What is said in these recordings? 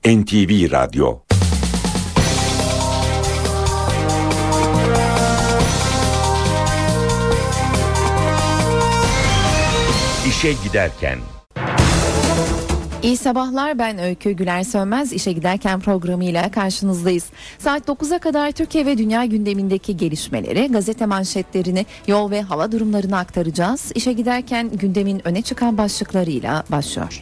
NTV Radyo. İşe giderken. İyi sabahlar, ben Öykü Güler Sönmez. İşe giderken programıyla karşınızdayız. Saat 9'a kadar Türkiye ve dünya gündemindeki gelişmeleri, gazete manşetlerini, yol ve hava durumlarını aktaracağız. İşe giderken gündemin öne çıkan başlıklarıyla başlıyor.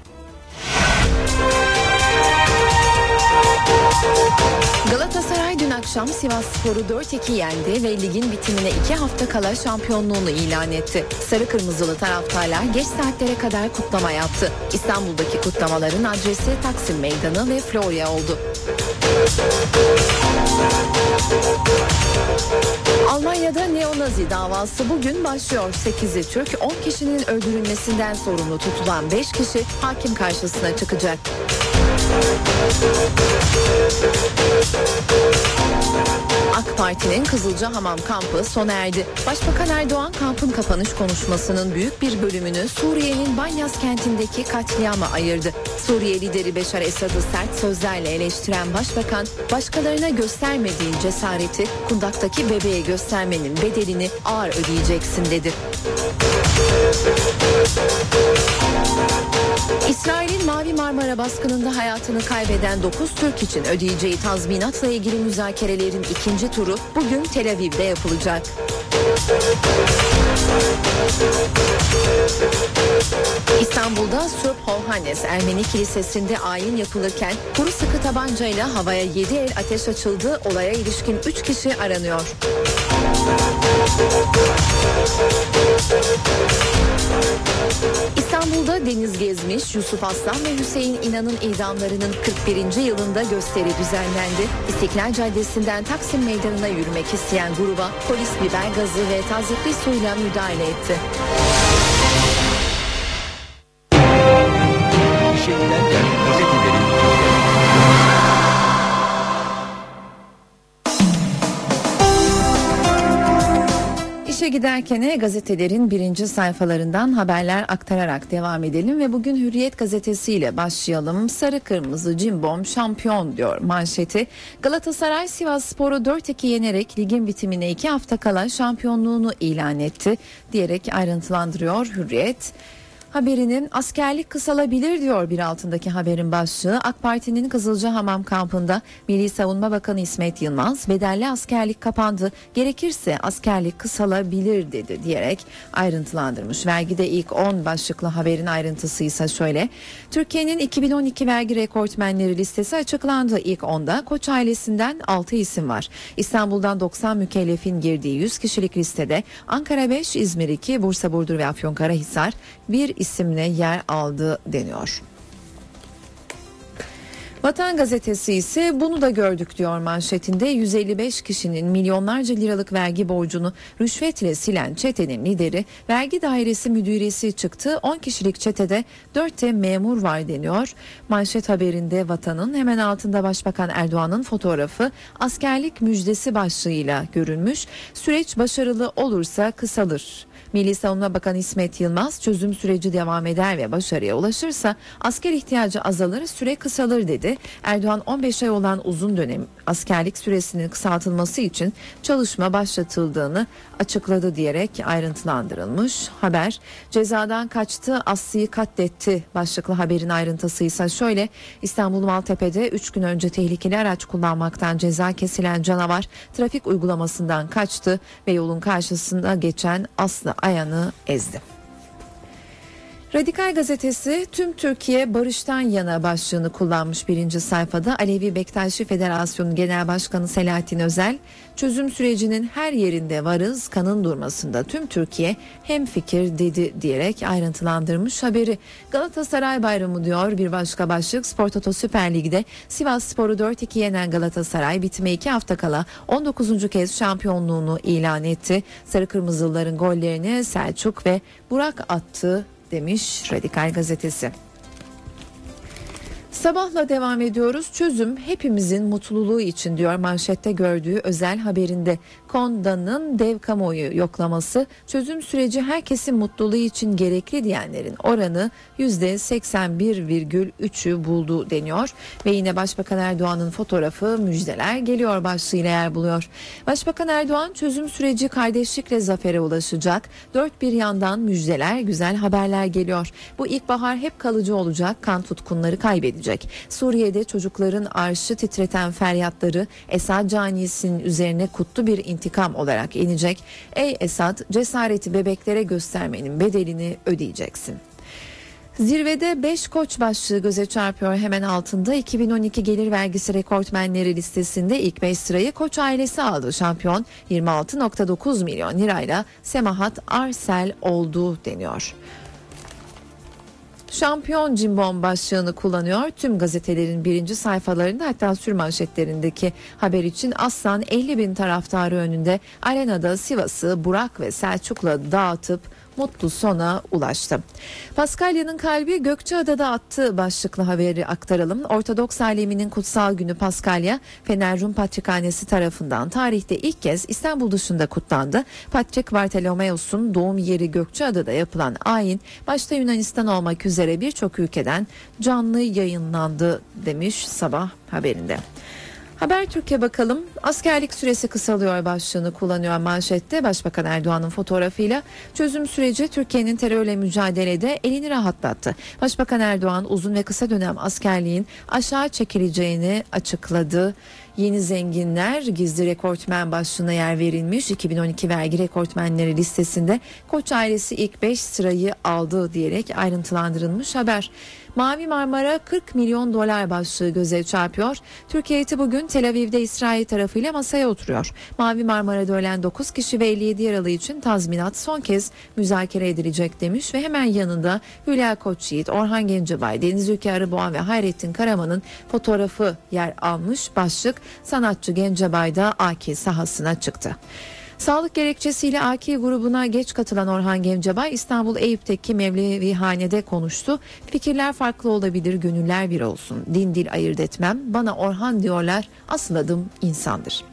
Galatasaray dün akşam Sivasspor'u 4-2 yendi ve ligin bitimine 2 hafta kala şampiyonluğunu ilan etti. Sarı kırmızılı taraftarlar geç saatlere kadar kutlama yaptı. İstanbul'daki kutlamaların adresi Taksim Meydanı ve Florya oldu. Almanya'da neonazi davası bugün başlıyor. 8'i Türk, 10 kişinin öldürülmesinden sorumlu tutulan 5 kişi hakim karşısına çıkacak. AK Parti'nin Kızılcahamam kampı sona erdi. Başbakan Erdoğan kampın kapanış konuşmasının büyük bir bölümünü Suriye'nin Banyas kentindeki katliama ayırdı. Suriye lideri Beşar Esad'ı sert sözlerle eleştiren başbakan, başkalarına göstermediğin cesareti kundaktaki bebeğe göstermenin bedelini ağır ödeyeceksin dedi. İsrail'in Mavi Marmara baskınında hayatını kaybeden 9 Türk için ödeyeceği tazminatla ilgili müzakerelerin ikinci turu bugün Tel Aviv'de yapılacak. İstanbul'da Sırp Hovhannes Ermeni Kilisesi'nde ayin yapılırken kuru sıkı tabancayla havaya 7 el ateş açıldı. Olaya ilişkin 3 kişi aranıyor. İstanbul'da Deniz Gezmiş, Yusuf Aslan ve Hüseyin İnan'ın idamlarının 41. yılında gösteri düzenlendi. İstiklal Caddesi'nden Taksim Meydanı'na yürümek isteyen gruba polis biber gazı ve tazyikli suyla müdahale etti. İşe giderken gazetelerin. İşe giderken gazetelerin birinci sayfalarından haberler aktararak devam edelim ve bugün Hürriyet gazetesiyle başlayalım. Sarı kırmızı cimbom şampiyon diyor manşeti. Galatasaray Sivasspor'u 4-2 yenerek ligin bitimine 2 hafta kala şampiyonluğunu ilan etti diyerek ayrıntılandırıyor Hürriyet. Haberinin askerlik kısalabilir diyor bir altındaki haberin başlığı. AK Parti'nin Kızılcahamam kampında Milli Savunma Bakanı İsmet Yılmaz bedelli askerlik kapandı, gerekirse askerlik kısalabilir dedi diyerek ayrıntılandırmış. Vergide ilk 10 başlıklı haberin ayrıntısı ise şöyle. Türkiye'nin 2012 vergi rekortmenleri listesi açıklandı. İlk 10'da Koç ailesinden 6 isim var. İstanbul'dan 90 mükellefin girdiği 100 kişilik listede Ankara 5, İzmir 2, Bursa, Burdur ve Afyonkarahisar bir isimle yer aldı deniyor. Vatan Gazetesi ise bunu da gördük diyor manşetinde. 155 kişinin milyonlarca liralık vergi borcunu rüşvetle silen çetenin lideri vergi dairesi müdüresi çıktı. 10 kişilik çetede 4 de memur var deniyor. Manşet haberinde Vatan'ın hemen altında Başbakan Erdoğan'ın fotoğrafı askerlik müjdesi başlığıyla görülmüş. Süreç başarılı olursa kısalır. Milli Savunma Bakanı İsmet Yılmaz çözüm süreci devam eder ve başarıya ulaşırsa asker ihtiyacı azalır, süre kısalır dedi. Erdoğan 15 ay olan uzun dönem askerlik süresinin kısaltılması için çalışma başlatıldığını açıkladı diyerek ayrıntılandırılmış. Haber cezadan kaçtı, Aslı'yı katletti başlıklı haberin ayrıntısı ise şöyle. İstanbul Maltepe'de 3 gün önce tehlikeli araç kullanmaktan ceza kesilen canavar trafik uygulamasından kaçtı ve yolun karşısında geçen Aslı Ayan'ı ezdi. Radikal Gazetesi tüm Türkiye barıştan yana başlığını kullanmış birinci sayfada. Alevi Bektaşi Federasyonu Genel Başkanı Selahattin Özel, çözüm sürecinin her yerinde varız, kanın durmasında tüm Türkiye hemfikir dedi diyerek ayrıntılandırmış haberi. Galatasaray bayramı diyor bir başka başlık. Spor Toto Süper Lig'de Sivasspor'u 4-2 yenen Galatasaray bitime 2 hafta kala 19. kez şampiyonluğunu ilan etti. Sarı Kırmızılıların gollerini Selçuk ve Burak attı demiş Radikal Gazetesi. Sabahla devam ediyoruz. Çözüm hepimizin mutluluğu için diyor manşette gördüğü özel haberinde. KONDA'nın dev kamuoyu yoklaması çözüm süreci herkesin mutluluğu için gerekli diyenlerin oranı %81,3'ü buldu deniyor. Ve yine Başbakan Erdoğan'ın fotoğrafı müjdeler geliyor başlığıyla yer buluyor. Başbakan Erdoğan çözüm süreci kardeşlikle zafere ulaşacak. Dört bir yandan müjdeler, güzel haberler geliyor. Bu ilkbahar hep kalıcı olacak, kan tutkunları kaybedecek. Suriye'de çocukların arşı titreten feryatları Esad canisinin üzerine kutlu bir intikam olarak inecek. Ey Esad, cesareti bebeklere göstermenin bedelini ödeyeceksin. Zirvede 5 koç başlığı göze çarpıyor, hemen altında 2012 gelir vergisi rekortmenleri listesinde ilk 5 sırayı Koç ailesi aldı. Şampiyon 26,9 milyon lirayla Semahat Arsel oldu deniyor. Şampiyon cimbom başlığını kullanıyor. Tüm gazetelerin birinci sayfalarında, hatta sürmanşetlerindeki haber için Aslan 50 bin taraftarı önünde arenada Sivas'ı Burak ve Selçuk'la dağıtıp mutlu sona ulaştı. Paskalya'nın kalbi Gökçeada'da attı başlıklı haberi aktaralım. Ortodoks aleminin kutsal günü Paskalya, Fener Rum Patrikhanesi tarafından tarihte ilk kez İstanbul dışında kutlandı. Patrik Bartolomeos'un doğum yeri Gökçeada'da yapılan ayin başta Yunanistan olmak üzere birçok ülkeden canlı yayınlandı demiş Sabah haberinde. Habertürk'e bakalım. Askerlik süresi kısalıyor başlığını kullanıyor manşette. Başbakan Erdoğan'ın fotoğrafıyla çözüm süreci Türkiye'nin terörle mücadelede elini rahatlattı. Başbakan Erdoğan uzun ve kısa dönem askerliğin aşağı çekileceğini açıkladı. Yeni zenginler gizli rekortmen başlığına yer verilmiş. 2012 vergi rekortmenleri listesinde Koç ailesi ilk 5 sırayı aldı diyerek ayrıntılandırılmış haber. Mavi Marmara 40 milyon dolar başlığı göze çarpıyor. Türkiye heyeti bugün Tel Aviv'de İsrail tarafıyla masaya oturuyor. Mavi Marmara'da ölen 9 kişi ve 57 yaralı için tazminat son kez müzakere edilecek demiş ve hemen yanında Hülya Koçyiğit, Orhan Gencebay, Deniz Ülke Arıboğan ve Hayrettin Karaman'ın fotoğrafı yer almış. Başlık sanatçı Gencebay da AK sahasına çıktı. Sağlık gerekçesiyle AK grubuna geç katılan Orhan Gencebay İstanbul Eyüp'teki Mevlevihane'de konuştu. Fikirler farklı olabilir, gönüller bir olsun. Din dil ayırt etmem. Bana Orhan diyorlar. Asıl adım insandır.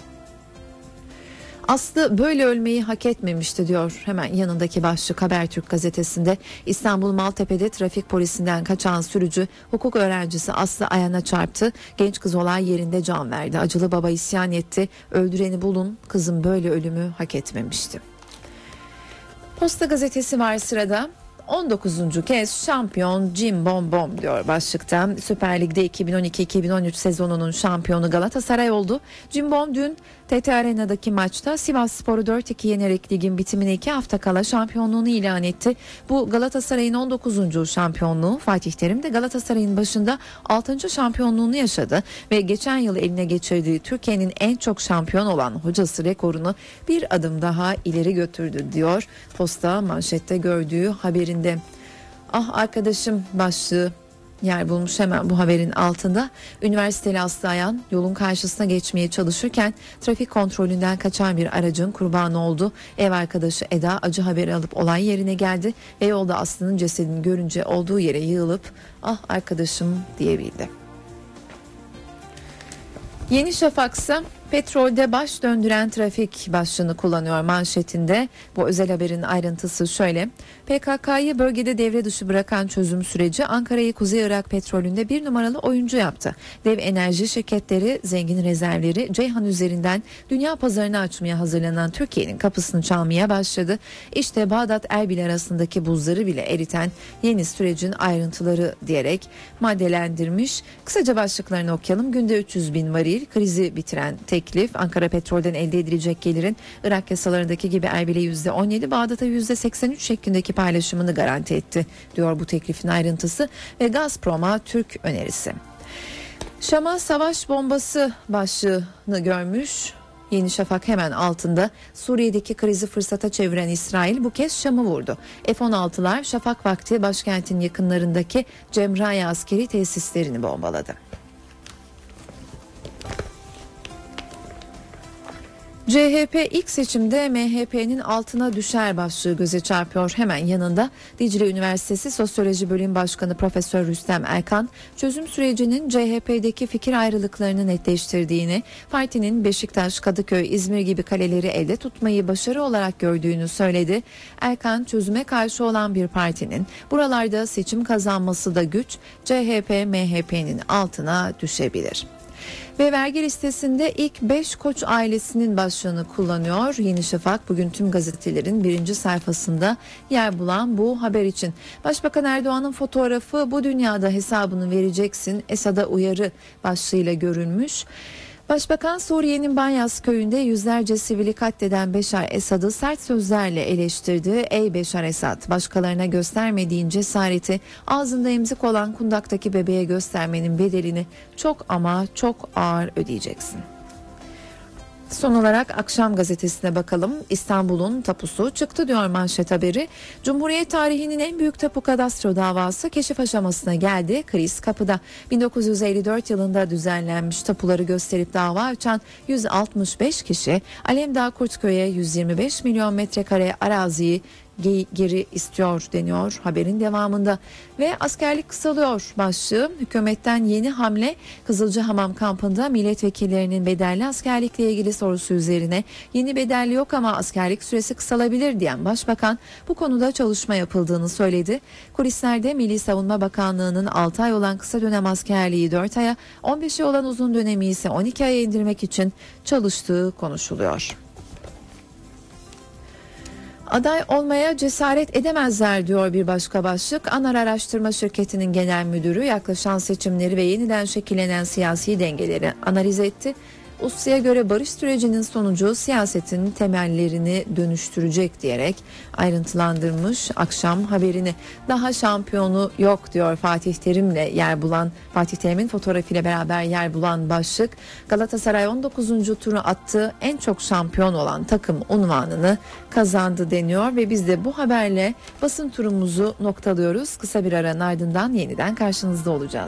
Aslı böyle ölmeyi hak etmemişti diyor hemen yanındaki başlık Habertürk gazetesinde. İstanbul Maltepe'de trafik polisinden kaçan sürücü hukuk öğrencisi Aslı Ayan'a çarptı. Genç kız olay yerinde can verdi. Acılı baba isyan etti. Öldüreni bulun, kızım böyle ölümü hak etmemişti. Posta gazetesi var sırada. 19. kez şampiyon Cim Bom Bom diyor başlıkta. Süper Lig'de 2012-2013 sezonunun şampiyonu Galatasaray oldu. Cim Bom dün TT Arena'daki maçta Sivasspor'u 4-2 yenerek ligin bitimine 2 hafta kala şampiyonluğunu ilan etti. Bu Galatasaray'ın 19. şampiyonluğu. Fatih Terim de Galatasaray'ın başında 6. şampiyonluğunu yaşadı ve geçen yıl eline geçirdiği Türkiye'nin en çok şampiyon olan hocası rekorunu bir adım daha ileri götürdü diyor Posta manşette gördüğü haberinde. Ah arkadaşım başlığı yer bulmuş hemen bu haberin altında. Üniversiteli Aslı Ayan yolun karşısına geçmeye çalışırken trafik kontrolünden kaçan bir aracın kurbanı oldu. Ev arkadaşı Eda acı haberi alıp olay yerine geldi ve yolda Aslı'nın cesedini görünce olduğu yere yığılıp ah arkadaşım diyebildi. Yeni Şafak'sa petrolde baş döndüren trafik başlığını kullanıyor manşetinde. Bu özel haberin ayrıntısı şöyle. PKK'yı bölgede devre dışı bırakan çözüm süreci Ankara'yı Kuzey Irak petrolünde bir numaralı oyuncu yaptı. Dev enerji şirketleri zengin rezervleri Ceyhan üzerinden dünya pazarına açmaya hazırlanan Türkiye'nin kapısını çalmaya başladı. İşte Bağdat-Erbil arasındaki buzları bile eriten yeni sürecin ayrıntıları diyerek maddelendirmiş. Kısaca başlıklarını okuyalım. Günde 300 bin varil krizi bitiren teklif Ankara Petrol'den elde edilecek gelirin Irak yasalarındaki gibi Erbil'e %17, Bağdat'a %83 şeklindeki paylaşımını garanti etti diyor bu teklifin ayrıntısı ve Gazprom'a Türk önerisi. Şam'a savaş bombası başlığını görmüş. Yeni Şafak hemen altında. Suriye'deki krizi fırsata çeviren İsrail bu kez Şam'ı vurdu. F-16'lar şafak vakti başkentin yakınlarındaki Cemraya askeri tesislerini bombaladı. CHP ilk seçimde MHP'nin altına düşer başlığı göze çarpıyor. Hemen yanında Dicle Üniversitesi Sosyoloji Bölüm Başkanı Profesör Rüstem Erkan, çözüm sürecinin CHP'deki fikir ayrılıklarını netleştirdiğini, partinin Beşiktaş, Kadıköy, İzmir gibi kaleleri elde tutmayı başarı olarak gördüğünü söyledi. Erkan, çözüme karşı olan bir partinin buralarda seçim kazanması da güç, CHP MHP'nin altına düşebilir. Ve vergi listesinde ilk 5 Koç ailesinin başlığını kullanıyor. Yeni Şafak bugün tüm gazetelerin birinci sayfasında yer bulan bu haber için. Başbakan Erdoğan'ın fotoğrafı "Bu dünyada hesabını vereceksin, Esad'a uyarı" başlığıyla görülmüş. Başbakan Suriye'nin Banyas köyünde yüzlerce sivili katleden Beşar Esad'ı sert sözlerle eleştirdi. "Ey Beşar Esad, başkalarına göstermediğin cesareti ağzında emzik olan kundaktaki bebeğe göstermenin bedelini çok ama çok ağır ödeyeceksin." Son olarak Akşam Gazetesi'ne bakalım. İstanbul'un tapusu çıktı diyor manşet haberi. Cumhuriyet tarihinin en büyük tapu kadastro davası keşif aşamasına geldi. Kriz kapıda. 1954 yılında düzenlenmiş tapuları gösterip dava açan 165 kişi Alemdağ Kurtköy'e 125 milyon metrekare araziyi geri istiyor deniyor haberin devamında. Ve askerlik kısalıyor başlığı. Hükümetten yeni hamle. Kızılcahamam kampında milletvekillerinin bedelli askerlikle ilgili sorusu üzerine "Yeni bedelli yok ama askerlik süresi kısalabilir" diyen başbakan bu konuda çalışma yapıldığını söyledi. Kulislerde Milli Savunma Bakanlığı'nın 6 ay olan kısa dönem askerliği 4 aya, 15'i olan uzun dönemi ise 12 aya indirmek için çalıştığı konuşuluyor. Aday olmaya cesaret edemezler diyor bir başka başlık. Anar Araştırma Şirketi'nin genel müdürü yaklaşan seçimleri ve yeniden şekillenen siyasi dengeleri analiz etti. Uslu'ya göre barış sürecinin sonucu siyasetin temellerini dönüştürecek diyerek ayrıntılandırmış Akşam haberini. Daha şampiyonu yok diyor Fatih Terim'in fotoğrafıyla beraber yer bulan başlık. Galatasaray 19. turu attı, en çok şampiyon olan takım unvanını kazandı deniyor ve biz de bu haberle basın turumuzu noktalıyoruz. Kısa bir aranın ardından yeniden karşınızda olacağız.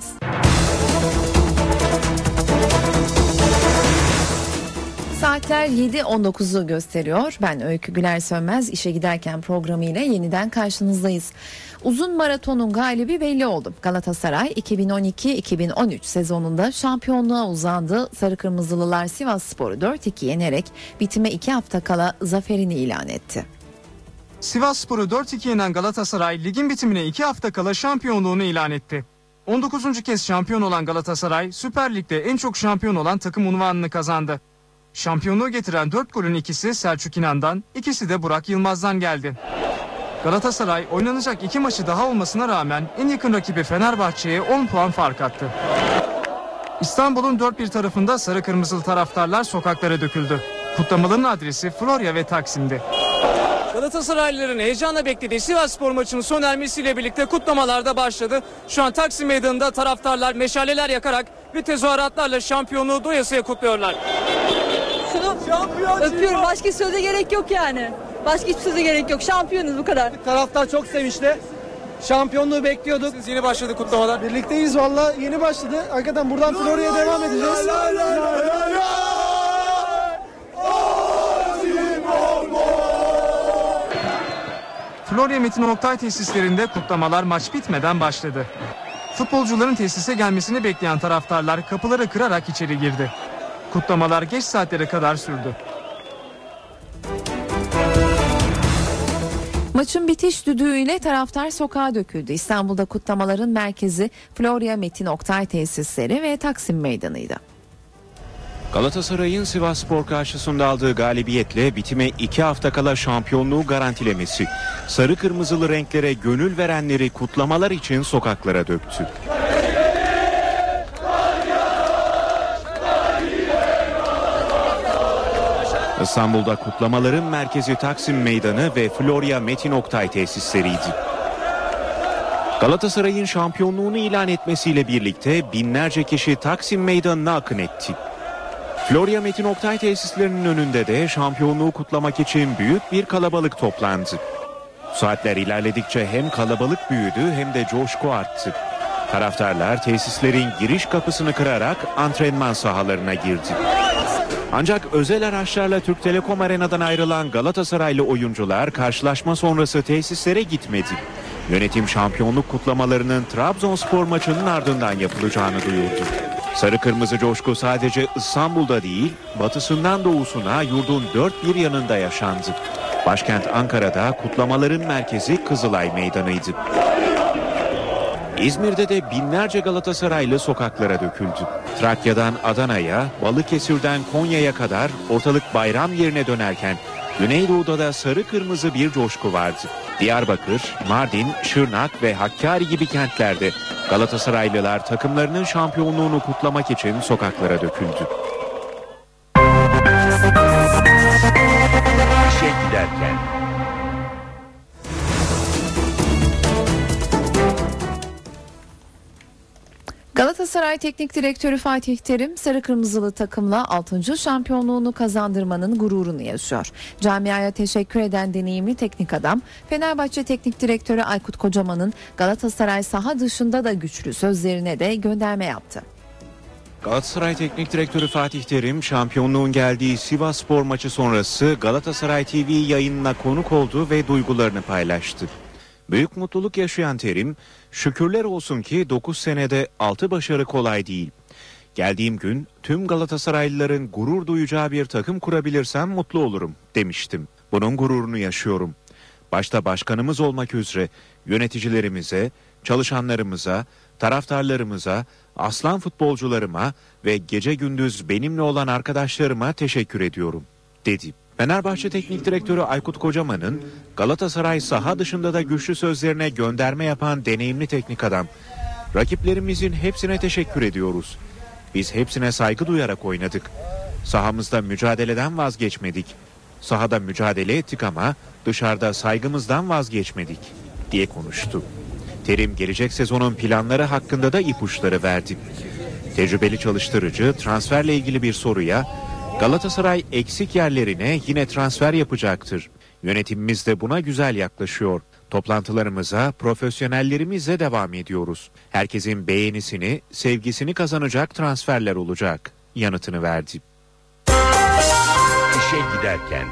Saatler 7.19'u gösteriyor. Ben Öykü Güler Sönmez, işe giderken programıyla yeniden karşınızdayız. Uzun maratonun galibi belli oldu. Galatasaray 2012-2013 sezonunda şampiyonluğa uzandı. Sarı Kırmızılılar Sivasspor'u 4-2 yenerek bitime 2 hafta kala zaferini ilan etti. Sivasspor'u 4-2 yenen Galatasaray ligin bitimine 2 hafta kala şampiyonluğunu ilan etti. 19. kez şampiyon olan Galatasaray, Süper Lig'de en çok şampiyon olan takım unvanını kazandı. Şampiyonluğu getiren 4 golün ikisi Selçuk İnan'dan, ikisi de Burak Yılmaz'dan geldi. Galatasaray oynanacak 2 maçı daha olmasına rağmen en yakın rakibi Fenerbahçe'ye 10 puan fark attı. İstanbul'un dört bir tarafında sarı kırmızılı taraftarlar sokaklara döküldü. Kutlamaların adresi Florya ve Taksim'di. Galatasaraylıların heyecanla beklediği Sivasspor maçının sona ermesiyle birlikte kutlamalar da başladı. Şu an Taksim Meydanı'nda taraftarlar meşaleler yakarak ve tezahüratlarla şampiyonluğu doyasıya kutluyorlar. Şunu öpüyorum. Başka söze gerek yok yani. Başka hiçbir söze gerek yok. Şampiyonuz, bu kadar. Taraftar çok sevinçli. Şampiyonluğu bekliyorduk. Siz yeni başladı kutlamalar. Birlikteyiz valla, yeni başladı. Hakikaten buradan Florya'ya devam edeceğiz. Florya Metin Oktay tesislerinde kutlamalar maç bitmeden başladı. Futbolcuların tesise gelmesini bekleyen taraftarlar kapıları kırarak içeri girdi. Kutlamalar geç saatlere kadar sürdü. Maçın bitiş düdüğüyle taraftar sokağa döküldü. İstanbul'da kutlamaların merkezi Florya Metin Oktay tesisleri ve Taksim Meydanı'ydı. Galatasaray'ın Sivasspor karşısında aldığı galibiyetle bitime 2 hafta kala şampiyonluğu garantilemesi, sarı kırmızılı renklere gönül verenleri kutlamalar için sokaklara döktü. İstanbul'da kutlamaların merkezi Taksim Meydanı ve Florya Metin Oktay tesisleriydi. Galatasaray'ın şampiyonluğunu ilan etmesiyle birlikte binlerce kişi Taksim Meydanı'na akın etti. Florya Metin Oktay tesislerinin önünde de şampiyonluğu kutlamak için büyük bir kalabalık toplandı. Saatler ilerledikçe hem kalabalık büyüdü hem de coşku arttı. Taraftarlar tesislerin giriş kapısını kırarak antrenman sahalarına girdi. Ancak özel araçlarla Türk Telekom Arena'dan ayrılan Galatasaraylı oyuncular karşılaşma sonrası tesislere gitmedi. Yönetim şampiyonluk kutlamalarının Trabzonspor maçının ardından yapılacağını duyurdu. Sarı kırmızı coşku sadece İstanbul'da değil, batısından doğusuna yurdun dört bir yanında yaşandı. Başkent Ankara'da kutlamaların merkezi Kızılay Meydanı'ydı. İzmir'de de binlerce Galatasaraylı sokaklara döküldü. Trakya'dan Adana'ya, Balıkesir'den Konya'ya kadar ortalık bayram yerine dönerken Güneydoğu'da da sarı kırmızı bir coşku vardı. Diyarbakır, Mardin, Şırnak ve Hakkari gibi kentlerde Galatasaraylılar takımlarının şampiyonluğunu kutlamak için sokaklara döküldü. İşe giderken. Galatasaray Teknik Direktörü Fatih Terim sarı kırmızılı takımla 6. şampiyonluğunu kazandırmanın gururunu yaşıyor. Camiaya teşekkür eden deneyimli teknik adam Fenerbahçe Teknik Direktörü Aykut Kocaman'ın Galatasaray saha dışında da güçlü sözlerine de gönderme yaptı. Galatasaray Teknik Direktörü Fatih Terim şampiyonluğun geldiği Sivasspor maçı sonrası Galatasaray TV yayınına konuk oldu ve duygularını paylaştı. Büyük mutluluk yaşayan Terim, şükürler olsun ki 9 senede 6 başarı kolay değil. Geldiğim gün tüm Galatasaraylıların gurur duyacağı bir takım kurabilirsem mutlu olurum demiştim. Bunun gururunu yaşıyorum. Başta başkanımız olmak üzere yöneticilerimize, çalışanlarımıza, taraftarlarımıza, aslan futbolcularıma ve gece gündüz benimle olan arkadaşlarıma teşekkür ediyorum, dedi. Fenerbahçe Teknik Direktörü Aykut Kocaman'ın Galatasaray saha dışında da güçlü sözlerine gönderme yapan deneyimli teknik adam, rakiplerimizin hepsine teşekkür ediyoruz. Biz hepsine saygı duyarak oynadık. Sahamızda mücadeleden vazgeçmedik. Sahada mücadele ettik ama dışarıda saygımızdan vazgeçmedik, diye konuştu. Terim gelecek sezonun planları hakkında da ipuçları verdi. Tecrübeli çalıştırıcı transferle ilgili bir soruya Galatasaray eksik yerlerine yine transfer yapacaktır. Yönetimimiz de buna güzel yaklaşıyor. Toplantılarımıza profesyonellerimizle devam ediyoruz. Herkesin beğenisini, sevgisini kazanacak transferler olacak yanıtını verdi. İşe giderken.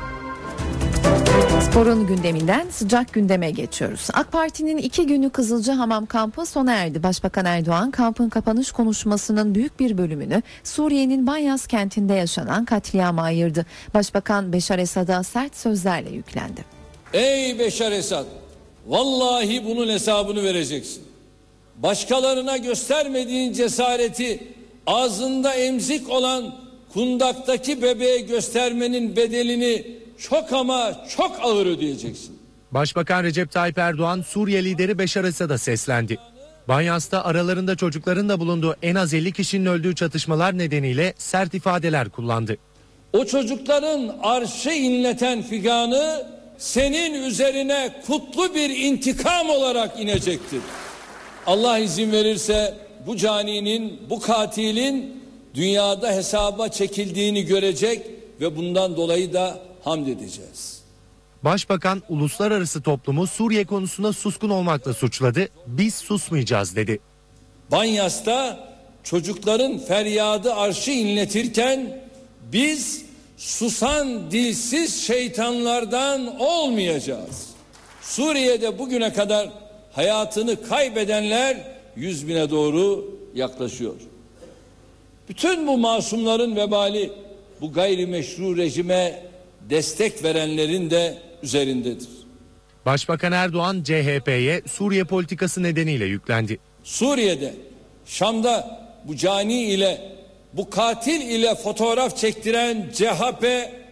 Sporun gündeminden sıcak gündeme geçiyoruz. AK Parti'nin 2 günlük Kızılcahamam kampı sona erdi. Başbakan Erdoğan kampın kapanış konuşmasının büyük bir bölümünü Suriye'nin Banyas kentinde yaşanan katliama ayırdı. Başbakan Beşar Esad'a sert sözlerle yüklendi. Ey Beşar Esad, vallahi bunun hesabını vereceksin. Başkalarına göstermediğin cesareti ağzında emzik olan kundaktaki bebeğe göstermenin bedelini çok ama çok ağır ödeyeceksin. Başbakan Recep Tayyip Erdoğan Suriye lideri Beşar Esad'a seslendi. Banyas'ta aralarında çocukların da bulunduğu en az 50 kişinin öldüğü çatışmalar nedeniyle sert ifadeler kullandı. O çocukların arşı inleten figanı senin üzerine kutlu bir intikam olarak inecektir. Allah izin verirse bu caninin, bu katilin dünyada hesaba çekildiğini görecek ve bundan dolayı da hamd edeceğiz. Başbakan uluslararası toplumu Suriye konusunda suskun olmakla suçladı. Biz susmayacağız dedi. Banyas'ta çocukların feryadı arşı inletirken biz susan dilsiz şeytanlardan olmayacağız. Suriye'de bugüne kadar hayatını kaybedenler 100.000'e doğru yaklaşıyor. Bütün bu masumların vebali bu gayrimeşru rejime destek verenlerin de üzerindedir. Başbakan Erdoğan CHP'ye Suriye politikası nedeniyle yüklendi. Suriye'de, Şam'da bu cani ile, bu katil ile fotoğraf çektiren CHP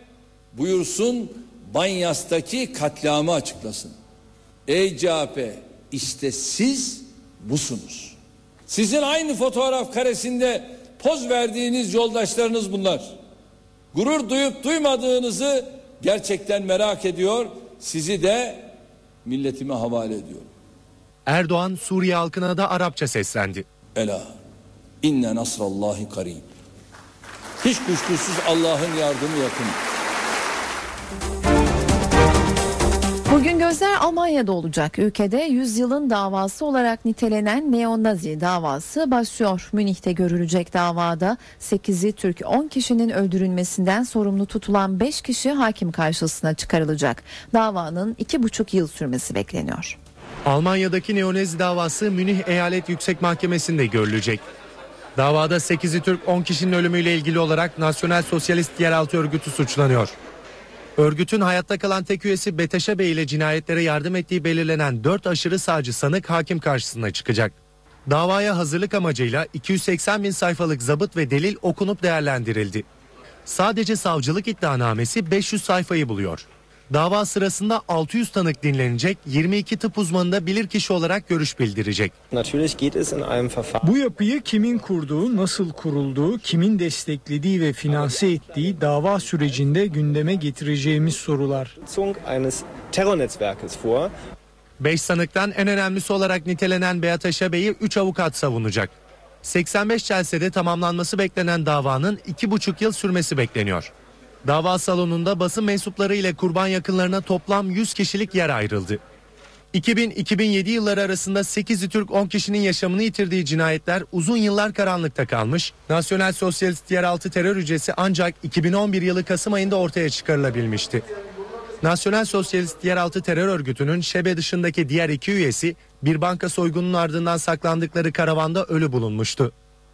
buyursun Banyas'taki katliamı açıklasın. Ey CHP, işte siz busunuz. Sizin aynı fotoğraf karesinde poz verdiğiniz yoldaşlarınız bunlar. Gurur duyup duymadığınızı gerçekten merak ediyor. Sizi de milletime havale ediyorum. Erdoğan Suriye halkına da Arapça seslendi. Ela inne nasrallahi karib. Hiç kuşkusuz Allah'ın yardımı yakın. Bugün gözler Almanya'da olacak. Ülkede 100 yılın davası olarak nitelenen neonazi davası başlıyor. Münih'te görülecek davada 8'i Türk, 10 kişinin öldürülmesinden sorumlu tutulan 5 kişi hakim karşısına çıkarılacak. Davanın 2,5 yıl sürmesi bekleniyor. Almanya'daki neonazi davası Münih Eyalet Yüksek Mahkemesi'nde görülecek. Davada 8'i Türk, 10 kişinin ölümüyle ilgili olarak Nasyonel Sosyalist Yeraltı Örgütü suçlanıyor. Örgütün hayatta kalan tek üyesi Beteşe Bey ile cinayetlere yardım ettiği belirlenen 4 aşırı sağcı sanık hakim karşısına çıkacak. Davaya hazırlık amacıyla 280 bin sayfalık zabıt ve delil okunup değerlendirildi. Sadece savcılık iddianamesi 500 sayfayı buluyor. Dava sırasında 600 tanık dinlenecek, 22 tıp uzmanı da bilirkişi olarak görüş bildirecek. Bu yapıyı kimin kurduğu, nasıl kurulduğu, kimin desteklediği ve finanse ettiği dava sürecinde gündeme getireceğimiz sorular. 5 sanıktan en önemlisi olarak nitelenen Beteşe Bey'i 3 avukat savunacak. 85 celsede tamamlanması beklenen davanın 2,5 yıl sürmesi bekleniyor. Dava salonunda basın mensupları ile kurban yakınlarına toplam 100 kişilik yer ayrıldı. 2000-2007 yılları arasında 8'i Türk, 10 kişinin yaşamını yitirdiği cinayetler uzun yıllar karanlıkta kalmış. Nasyonel Sosyalist Yeraltı Terör Hücresi ancak 2011 yılı Kasım ayında ortaya çıkarılabilmişti. Nasyonel Sosyalist Yeraltı Terör Örgütü'nün Şebe dışındaki diğer 2 üyesi bir banka soygununun ardından saklandıkları karavanda ölü bulunmuştu.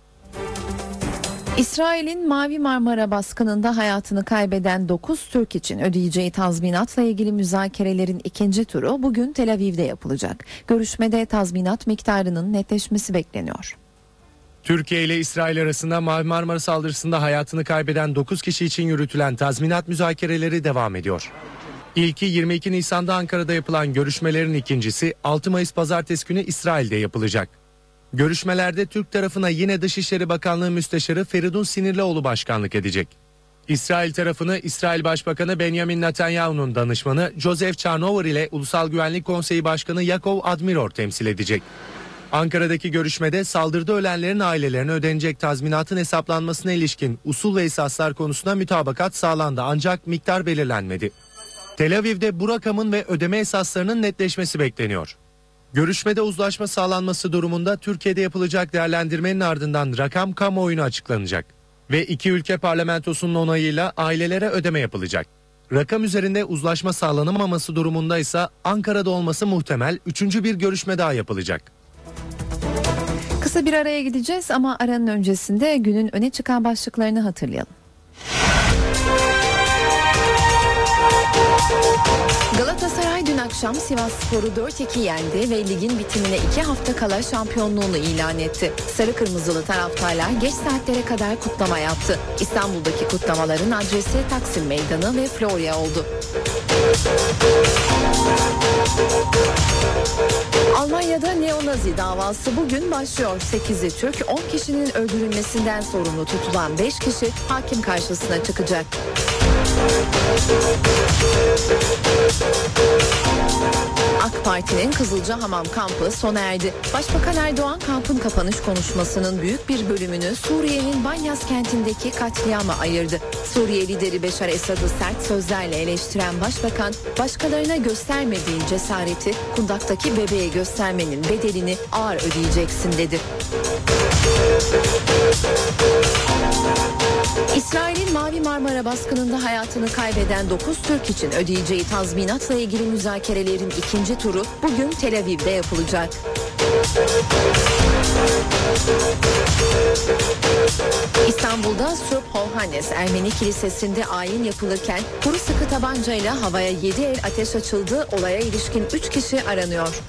İsrail'in Mavi Marmara baskınında hayatını kaybeden 9 Türk için ödeyeceği tazminatla ilgili müzakerelerin ikinci turu bugün Tel Aviv'de yapılacak. Görüşmede tazminat miktarının netleşmesi bekleniyor. Türkiye ile İsrail arasında Mavi Marmara saldırısında hayatını kaybeden 9 kişi için yürütülen tazminat müzakereleri devam ediyor. İlki 22 Nisan'da Ankara'da yapılan görüşmelerin ikincisi 6 Mayıs Pazartesi günü İsrail'de yapılacak. Görüşmelerde Türk tarafına yine Dışişleri Bakanlığı Müsteşarı Feridun Sinirlioğlu başkanlık edecek. İsrail tarafını İsrail Başbakanı Benjamin Netanyahu'nun danışmanı Joseph Charnover ile Ulusal Güvenlik Konseyi Başkanı Yakov Admiror temsil edecek. Ankara'daki görüşmede saldırıda ölenlerin ailelerine ödenecek tazminatın hesaplanmasına ilişkin usul ve esaslar konusunda mütabakat sağlandı ancak miktar belirlenmedi. Tel Aviv'de bu rakamın ve ödeme esaslarının netleşmesi bekleniyor. Görüşmede uzlaşma sağlanması durumunda Türkiye'de yapılacak değerlendirmenin ardından rakam kamuoyuna açıklanacak. Ve iki ülke parlamentosunun onayıyla ailelere ödeme yapılacak. Rakam üzerinde uzlaşma sağlanamaması durumunda ise Ankara'da olması muhtemel 3. bir görüşme daha yapılacak. Kısa bir araya gideceğiz ama aranın öncesinde günün öne çıkan başlıklarını hatırlayalım. Galatasaray dün akşam Sivasspor'u 4-2 yendi ve ligin bitimine 2 hafta kala şampiyonluğunu ilan etti. Sarı kırmızılı taraftarlar geç saatlere kadar kutlama yaptı. İstanbul'daki kutlamaların adresi Taksim Meydanı ve Florya oldu. Almanya'da neonazi davası bugün başlıyor. 8'i Türk, 10 kişinin öldürülmesinden sorumlu tutulan 5 kişi hakim karşısına çıkacak. AK Parti'nin Kızılcahamam kampı sona erdi. Başbakan Erdoğan kampın kapanış konuşmasının büyük bir bölümünü Suriye'nin Banyas kentindeki katliama ayırdı. Suriye lideri Beşar Esad'ı sert sözlerle eleştiren başbakan, başkalarına göstermediğin cesareti kundaktaki bebeğe göstermenin bedelini ağır ödeyeceksin dedi. İsrail'in Mavi Marmara baskınında hayatını kaybeden 9 Türk için ödeyeceği tazminatla ilgili müzakerelerin ikinci turu bugün Tel Aviv'de yapılacak. İstanbul'da Sırp Hovhannes Ermeni Kilisesi'nde ayin yapılırken kuru sıkı tabancayla havaya 7 el ateş açıldı. Olaya ilişkin 3 kişi aranıyor.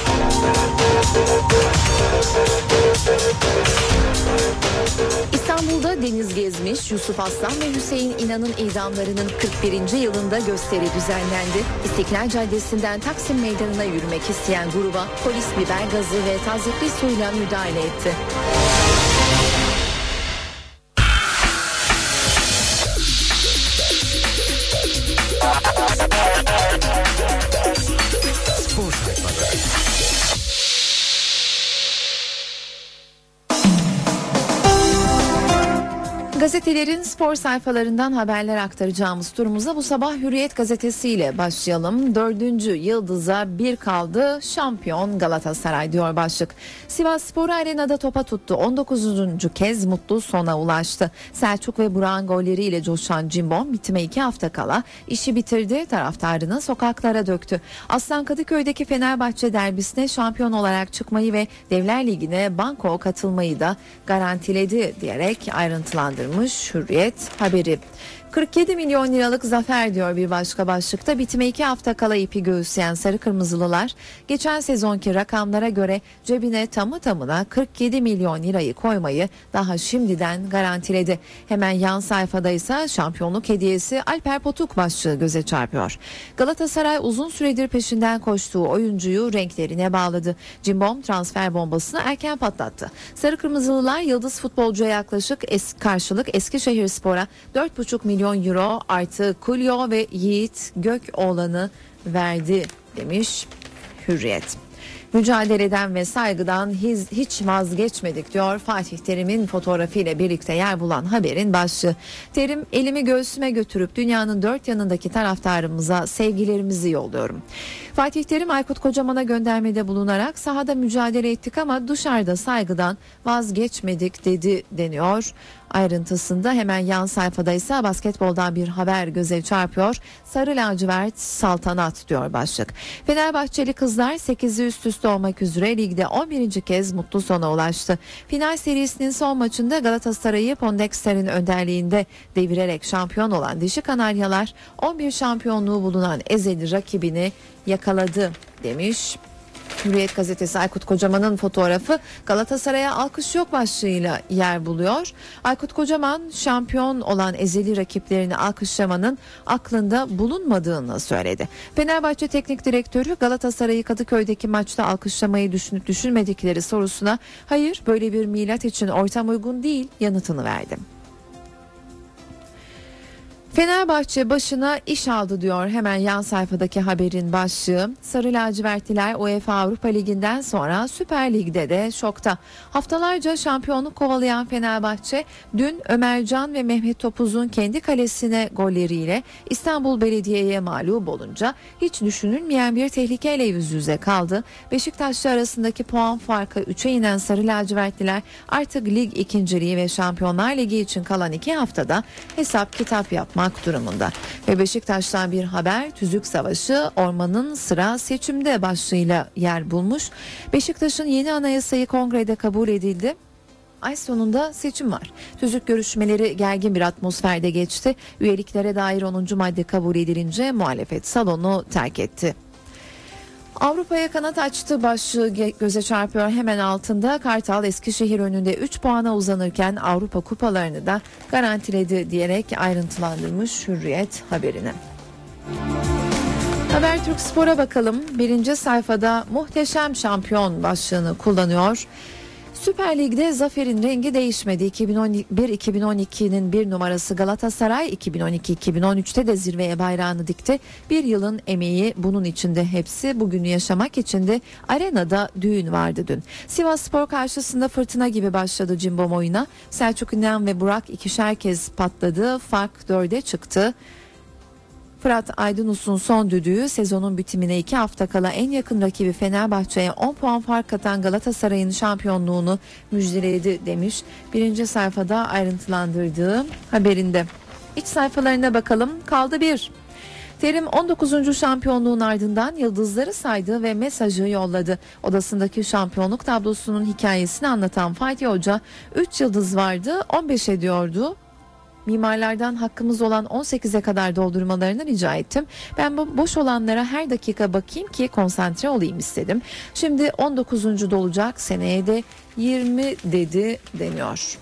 İstanbul'da Deniz Gezmiş, Yusuf Aslan ve Hüseyin İnan'ın idamlarının 41. yılında gösteri düzenlendi. İstiklal Caddesi'nden Taksim Meydanı'na yürümek isteyen gruba polis biber gazı ve tazyikli suyla müdahale etti. Spor sayfaları. Gazetelerin spor sayfalarından haberler aktaracağımız turumuza bu sabah Hürriyet gazetesiyle başlayalım. 4. yıldıza bir kaldı, şampiyon Galatasaray diyor başlık. Sivasspor Arena'da topa tuttu. 19. kez mutlu sona ulaştı. Selçuk ve Burak'ın golleriyle coşan Cimbom bitime 2 hafta kala işi bitirdi, taraftarını sokaklara döktü. Aslan Kadıköy'deki Fenerbahçe derbisine şampiyon olarak çıkmayı ve Devler Ligi'ne banko katılmayı da garantiledi diyerek ayrıntılandırmış Hürriyet haberi. 47 milyon liralık zafer diyor bir başka başlıkta. Bitime 2 hafta kala ipi göğüsleyen Sarı Kırmızılılar geçen sezonki rakamlara göre cebine tamı tamına 47 milyon lirayı koymayı daha şimdiden garantiledi. Hemen yan sayfada ise şampiyonluk hediyesi Alper Potuk başlığı göze çarpıyor. Galatasaray uzun süredir peşinden koştuğu oyuncuyu renklerine bağladı. Cimbom transfer bombasını erken patlattı. Sarı Kırmızılılar yıldız futbolcuya yaklaşık karşılık Eskişehirspor'a 4,5 milyon euro artı Kulyo ve Yiğit Gökoğlan'ı verdi demiş Hürriyet. Mücadeleden ve saygıdan hiç vazgeçmedik diyor Fatih Terim'in fotoğrafıyla birlikte yer bulan haberin başlığı. Terim, elimi göğsüme götürüp dünyanın dört yanındaki taraftarımıza sevgilerimizi yolluyorum. Fatih Terim Aykut Kocaman'a göndermede bulunarak sahada mücadele ettik ama dışarıda saygıdan vazgeçmedik dedi deniyor. Ayrıntısında hemen yan sayfada ise basketboldan bir haber göze çarpıyor. Sarı lacivert saltanat diyor başlık. Fenerbahçeli kızlar 8'i üst üste olmak üzere ligde 11. kez mutlu sona ulaştı. Final serisinin son maçında Galatasaray'ı Pondexter'in önderliğinde devirerek şampiyon olan Dişi Kanaryalar 11 şampiyonluğu bulunan ezeli rakibini yakaladı demiş. Hürriyet gazetesi Aykut Kocaman'ın fotoğrafı Galatasaray'a alkış yok başlığıyla yer buluyor. Aykut Kocaman şampiyon olan ezeli rakiplerini alkışlamanın aklında bulunmadığını söyledi. Fenerbahçe Teknik Direktörü Galatasaray'ı Kadıköy'deki maçta alkışlamayı düşünüp düşünmedikleri sorusuna hayır böyle bir milat için ortam uygun değil yanıtını verdi. Fenerbahçe başına iş aldı diyor hemen yan sayfadaki haberin başlığı. Sarı lacivertliler UEFA Avrupa Ligi'nden sonra Süper Lig'de de şokta. Haftalarca şampiyonluk kovalayan Fenerbahçe dün Ömercan ve Mehmet Topuz'un kendi kalesine golleriyle İstanbul Belediye'ye mağlup olunca hiç düşünülmeyen bir tehlikeyle yüz yüze kaldı. Beşiktaş'la arasındaki puan farkı 3'e inen Sarı lacivertliler artık lig ikinciliği ve Şampiyonlar Ligi için kalan 2 haftada hesap kitap yapmak durumunda. Ve Beşiktaş'tan bir haber, Tüzük Savaşı ormanın sıra seçimde başlığıyla yer bulmuş. Beşiktaş'ın yeni anayasayı kongrede kabul edildi. Ay sonunda seçim var. Tüzük görüşmeleri gergin bir atmosferde geçti. Üyeliklere dair 10. madde kabul edilince muhalefet salonu terk etti. Avrupa'ya kanat açtı başlığı göze çarpıyor hemen altında. Kartal Eskişehir önünde 3 puana uzanırken Avrupa kupalarını da garantiledi diyerek ayrıntılandırmış Hürriyet haberini. Habertürk Spor'a bakalım. Birinci sayfada muhteşem şampiyon başlığını kullanıyor. Süper Lig'de zaferin rengi değişmedi. 2011-2012'nin bir numarası Galatasaray 2012-2013'te de zirveye bayrağını dikti. Bir yılın emeği bunun içinde hepsi. Bugünü yaşamak için de arenada düğün vardı dün. Sivasspor karşısında fırtına gibi başladı Cimbom oyuna. Selçuk İnan ve Burak ikişer kez patladı. Fark 4'e çıktı. Fırat Aydınus'un son düdüğü sezonun bitimine 2 hafta kala en yakın rakibi Fenerbahçe'ye 10 puan fark atan Galatasaray'ın şampiyonluğunu müjdeledi demiş. Birinci sayfada ayrıntılandırdığı haberinde. İç sayfalarına bakalım. Kaldı bir. Terim 19. şampiyonluğun ardından yıldızları saydı ve mesajı yolladı. Odasındaki şampiyonluk tablosunun hikayesini anlatan Fatih Hoca 3 yıldız vardı 15 ediyordu. Mimarlardan hakkımız olan 18'e kadar doldurmalarını rica ettim. Ben bu boş olanlara her dakika bakayım ki konsantre olayım istedim. Şimdi 19. dolacak, seneye de 20 dedi deniyor.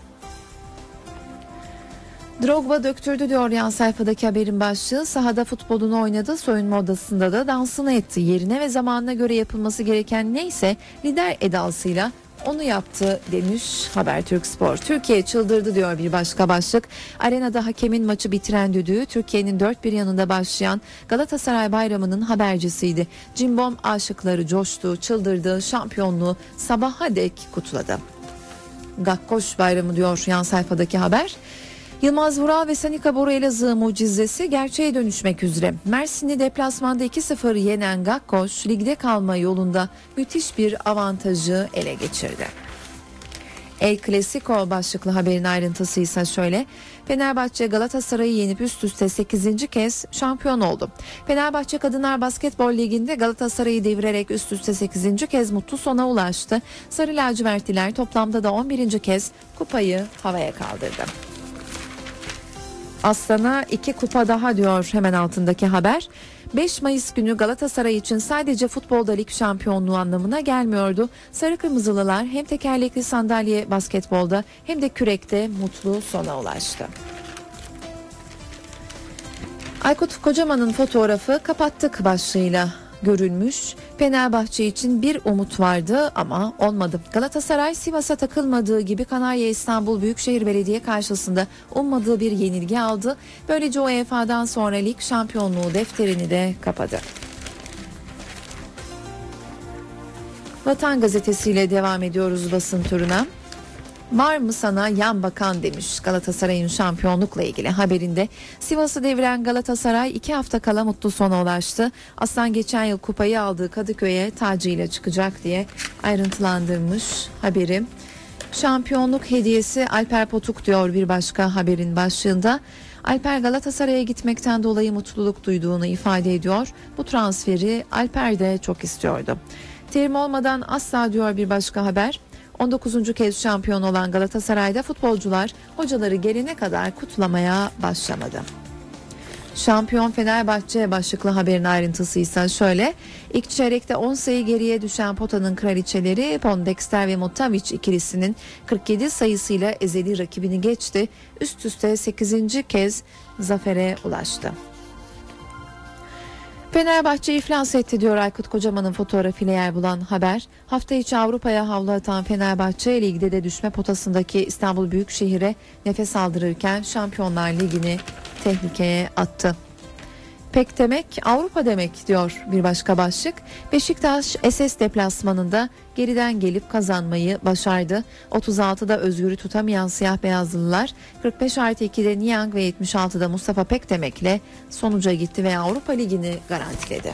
Drogba döktürdü diyor yan sayfadaki haberin başlığı. Sahada futbolunu oynadı, soyunma odasında da dansını etti. Yerine ve zamanına göre yapılması gereken neyse lider edasıyla onu yaptı demiş Habertürk Spor. Türkiye çıldırdı diyor bir başka başlık. Arenada hakemin maçı bitiren düdüğü Türkiye'nin dört bir yanında başlayan Galatasaray bayramının habercisiydi. Cimbom aşıkları coştu, çıldırdı, şampiyonluğu sabaha dek kutladı. Gakkoş bayramı diyor yan sayfadaki haber. Yılmaz Vural ve Sanika Bora Elazığ mucizesi gerçeğe dönüşmek üzere. Mersin'i deplasmanda 2-0 yenen Gakkoş ligde kalma yolunda müthiş bir avantajı ele geçirdi. El Clasico başlıklı haberin ayrıntısı ise şöyle. Fenerbahçe Galatasaray'ı yenip üst üste 8. kez şampiyon oldu. Fenerbahçe Kadınlar Basketbol Ligi'nde Galatasaray'ı devirerek üst üste 8. kez mutlu sona ulaştı. Sarı lacivertliler toplamda da 11. kez kupayı havaya kaldırdı. Aslan'a 2 kupa daha diyor hemen altındaki haber. 5 Mayıs günü Galatasaray için sadece futbolda lig şampiyonluğu anlamına gelmiyordu. Sarı Kırmızılılar hem tekerlekli sandalye basketbolda hem de kürekte mutlu sona ulaştı. Aykut Kocaman'ın fotoğrafı kapattık başlığıyla görülmüş. Fenerbahçe için bir umut vardı ama olmadı. Galatasaray Sivas'a takılmadığı gibi Kanarya İstanbul Büyükşehir Belediye karşısında ummadığı bir yenilgi aldı. Böylece UEFA'dan sonra lig şampiyonluğu defterini de kapadı. Vatan Gazetesi'yle devam ediyoruz basın turuna. Var mı sana yan bakan demiş Galatasaray'ın şampiyonlukla ilgili haberinde. Sivas'ı deviren Galatasaray 2 hafta kala mutlu sona ulaştı. Aslan geçen yıl kupayı aldığı Kadıköy'e tacıyla çıkacak diye ayrıntılandırmış haberi. Şampiyonluk hediyesi Alper Potuk diyor bir başka haberin başlığında. Alper Galatasaray'a gitmekten dolayı mutluluk duyduğunu ifade ediyor. Bu transferi Alper de çok istiyordu. Terim olmadan asla diyor bir başka haber. 19. kez şampiyon olan Galatasaray'da futbolcular hocaları gelene kadar kutlamaya başlamadı. Şampiyon Fenerbahçe başlıklı haberin ayrıntısı ise şöyle. İlk çeyrekte 10 sayı geriye düşen potanın kraliçeleri Pondexter ve Motavic ikilisinin 47 sayısıyla ezeli rakibini geçti. Üst üste 8. kez zafere ulaştı. Fenerbahçe iflas etti diyor Aykut Kocaman'ın fotoğrafıyla yer bulan haber. Hafta içi Avrupa'ya havlu atan Fenerbahçe ligde de düşme potasındaki İstanbul Büyükşehir'e nefes aldırırken Şampiyonlar Ligi'ni tehlikeye attı. Pek demek Avrupa demek diyor bir başka başlık. Beşiktaş SS deplasmanında geriden gelip kazanmayı başardı. 36'da Özgür'ü tutamayan siyah beyazlılar 45+2'de Niang ve 76'da Mustafa Pekdemek'le sonuca gitti ve Avrupa Ligi'ni garantiledi.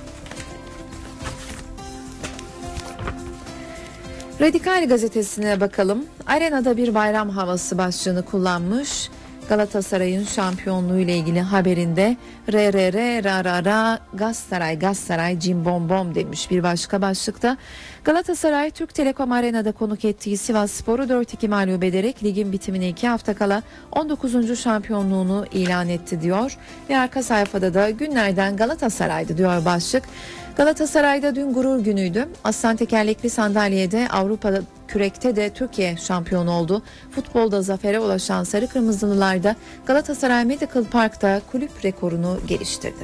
Radikal gazetesine bakalım. Arenada bir bayram havası başlığını kullanmış. Galatasaray'ın şampiyonluğu ile ilgili haberinde RRR rarara Galatasaray cim bom bom demiş bir başka başlıkta. Galatasaray Türk Telekom Arena'da konuk ettiği Sivasspor'u 4-2 mağlup ederek ligin bitimine 2 hafta kala 19. şampiyonluğunu ilan etti diyor. Ve arka sayfada da günlerden Galatasaray'dı diyor başlık. Galatasaray'da dün gurur günüydü. Aslan tekerlekli sandalyede Avrupa'da kürekte de Türkiye şampiyonu oldu. Futbolda zafere ulaşan Sarı Kırmızılılar da Galatasaray Medical Park'ta kulüp rekorunu geliştirdi.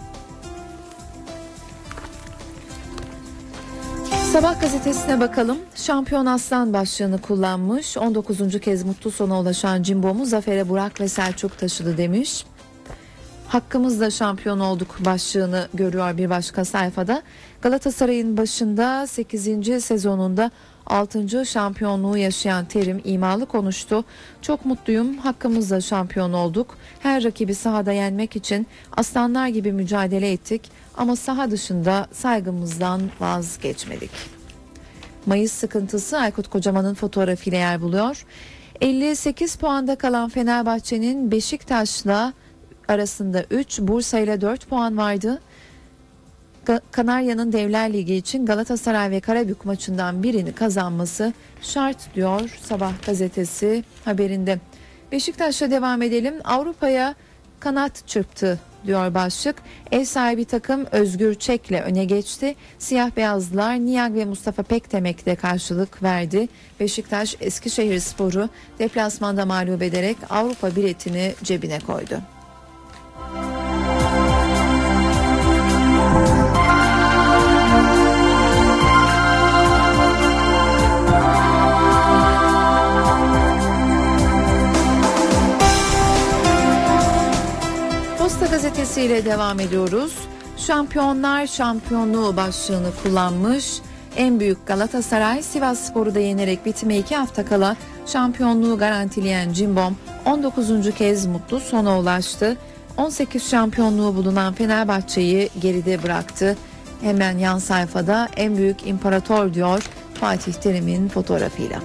Sabah gazetesine bakalım. Şampiyon Aslan başlığını kullanmış. 19. kez mutlu sona ulaşan Cimbom'u zafere Burak ve Selçuk taşıdı demiş. Hakkımızla şampiyon olduk başlığını görüyor bir başka sayfada. Galatasaray'ın başında 8. sezonunda 6. şampiyonluğu yaşayan Terim imalı konuştu. Çok mutluyum, hakkımızla şampiyon olduk. Her rakibi sahada yenmek için aslanlar gibi mücadele ettik ama saha dışında saygımızdan vazgeçmedik. Mayıs sıkıntısı Aykut Kocaman'ın fotoğrafıyla yer buluyor. 58 puanda kalan Fenerbahçe'nin Beşiktaş'la arasında 3, Bursa ile 4 puan vardı. Kanarya'nın Devler Ligi için Galatasaray ve Karabük maçından birini kazanması şart diyor Sabah gazetesi haberinde. Beşiktaş'la devam edelim. Avrupa'ya kanat çırptı diyor başlık. Ev sahibi takım Özgür Çek'le öne geçti. Siyah beyazlılar Niang ve Mustafa Pekdemek'le karşılık verdi. Beşiktaş Eskişehirspor'u deplasmanda mağlup ederek Avrupa biletini cebine koydu. Posta gazetesiyle devam ediyoruz. Şampiyonlar şampiyonluğu başlığını kullanmış. En büyük Galatasaray Sivasspor'u da yenerek bitime 2 hafta kala şampiyonluğu garantileyen Cimbom 19. kez mutlu sona ulaştı. 18 şampiyonluğu bulunan Fenerbahçe'yi geride bıraktı. Hemen yan sayfada en büyük imparator diyor Fatih Terim'in fotoğrafıyla.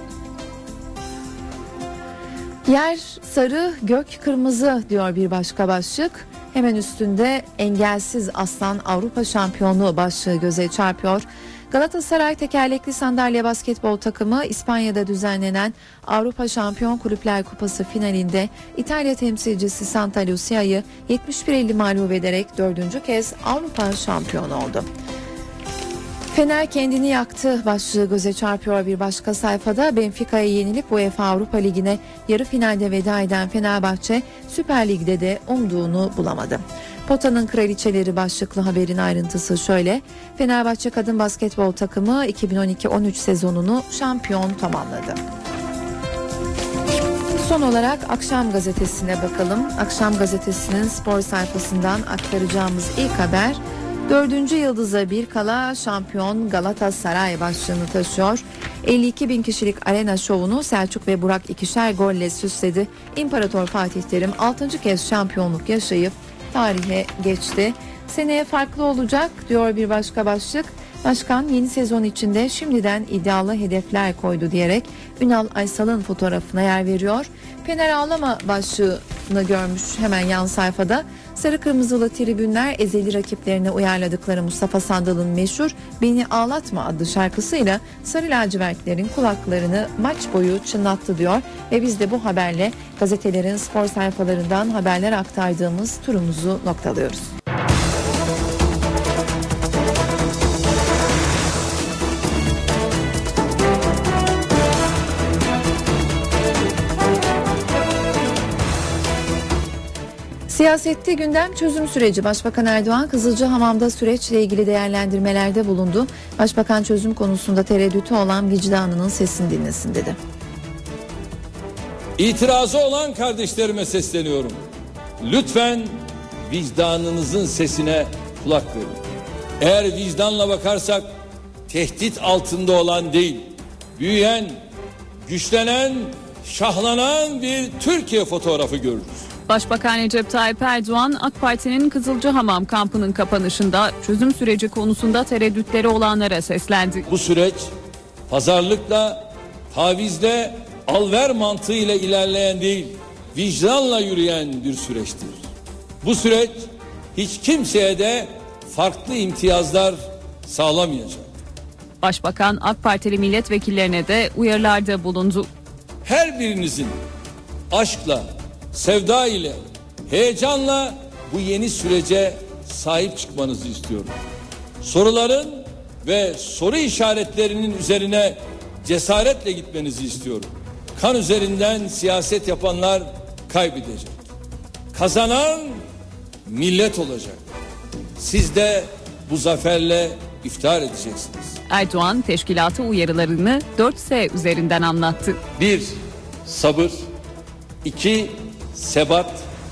Yer sarı, gök kırmızı diyor bir başka başlık. Hemen üstünde engelsiz aslan Avrupa şampiyonluğu başlığı göze çarpıyor. Galatasaray tekerlekli sandalye basketbol takımı İspanya'da düzenlenen Avrupa Şampiyon Kulüpler Kupası finalinde İtalya temsilcisi Santa Lucia'yı 71-50 mağlup ederek 4. kez Avrupa şampiyonu oldu. Fener kendini yaktı başlığı göze çarpıyor bir başka sayfada. Benfica'ya yenilip UEFA Avrupa Ligi'ne yarı finalde veda eden Fenerbahçe Süper Lig'de de umduğunu bulamadı. Potanın kraliçeleri başlıklı haberin ayrıntısı şöyle. Fenerbahçe kadın basketbol takımı 2012-13 sezonunu şampiyon tamamladı. Son olarak Akşam Gazetesi'ne bakalım. Akşam Gazetesi'nin spor sayfasından aktaracağımız ilk haber 4. yıldıza bir kala şampiyon Galatasaray başlığını taşıyor. 52 bin kişilik arena şovunu Selçuk ve Burak ikişer golle süsledi. İmparator Fatih Terim 6. kez şampiyonluk yaşayıp tarihe geçti. Seneye farklı olacak diyor bir başka başlık. Başkan yeni sezon içinde şimdiden iddialı hedefler koydu diyerek Ünal Aysal'ın fotoğrafına yer veriyor. Fener ağlama başlığını görmüş hemen yan sayfada. Sarı kırmızılı tribünler ezeli rakiplerine uyarladıkları Mustafa Sandal'ın meşhur Beni Ağlatma adlı şarkısıyla sarı lacivertlerin kulaklarını maç boyu çınlattı diyor. Ve biz de bu haberle gazetelerin spor sayfalarından haberler aktardığımız turumuzu noktalıyoruz. Siyasette gündem çözüm süreci. Başbakan Erdoğan Kızılcahamam'da süreçle ilgili değerlendirmelerde bulundu. Başbakan çözüm konusunda tereddütü olan vicdanının sesini dinlesin dedi. İtirazı olan kardeşlerime sesleniyorum. Lütfen vicdanınızın sesine kulak verin. Eğer vicdanla bakarsak tehdit altında olan değil, büyüyen, güçlenen, şahlanan bir Türkiye fotoğrafı görürüz. Başbakan Recep Tayyip Erdoğan, AK Parti'nin Kızılcahamam kampının kapanışında çözüm süreci konusunda tereddütleri olanlara seslendi. Bu süreç pazarlıkla, tavizle, al-ver mantığıyla ilerleyen değil, vicdanla yürüyen bir süreçtir. Bu süreç hiç kimseye de farklı imtiyazlar sağlamayacak. Başbakan AK Partili milletvekillerine de uyarılarda bulundu. Her birinizin aşkla, sevda ile, heyecanla bu yeni sürece sahip çıkmanızı istiyorum. Soruların ve soru işaretlerinin üzerine cesaretle gitmenizi istiyorum. Kan üzerinden siyaset yapanlar kaybedecek. Kazanan millet olacak. Siz de bu zaferle iftihar edeceksiniz. Erdoğan teşkilatı uyarılarını 4S üzerinden anlattı. 1. Sabır. 2. Sebat.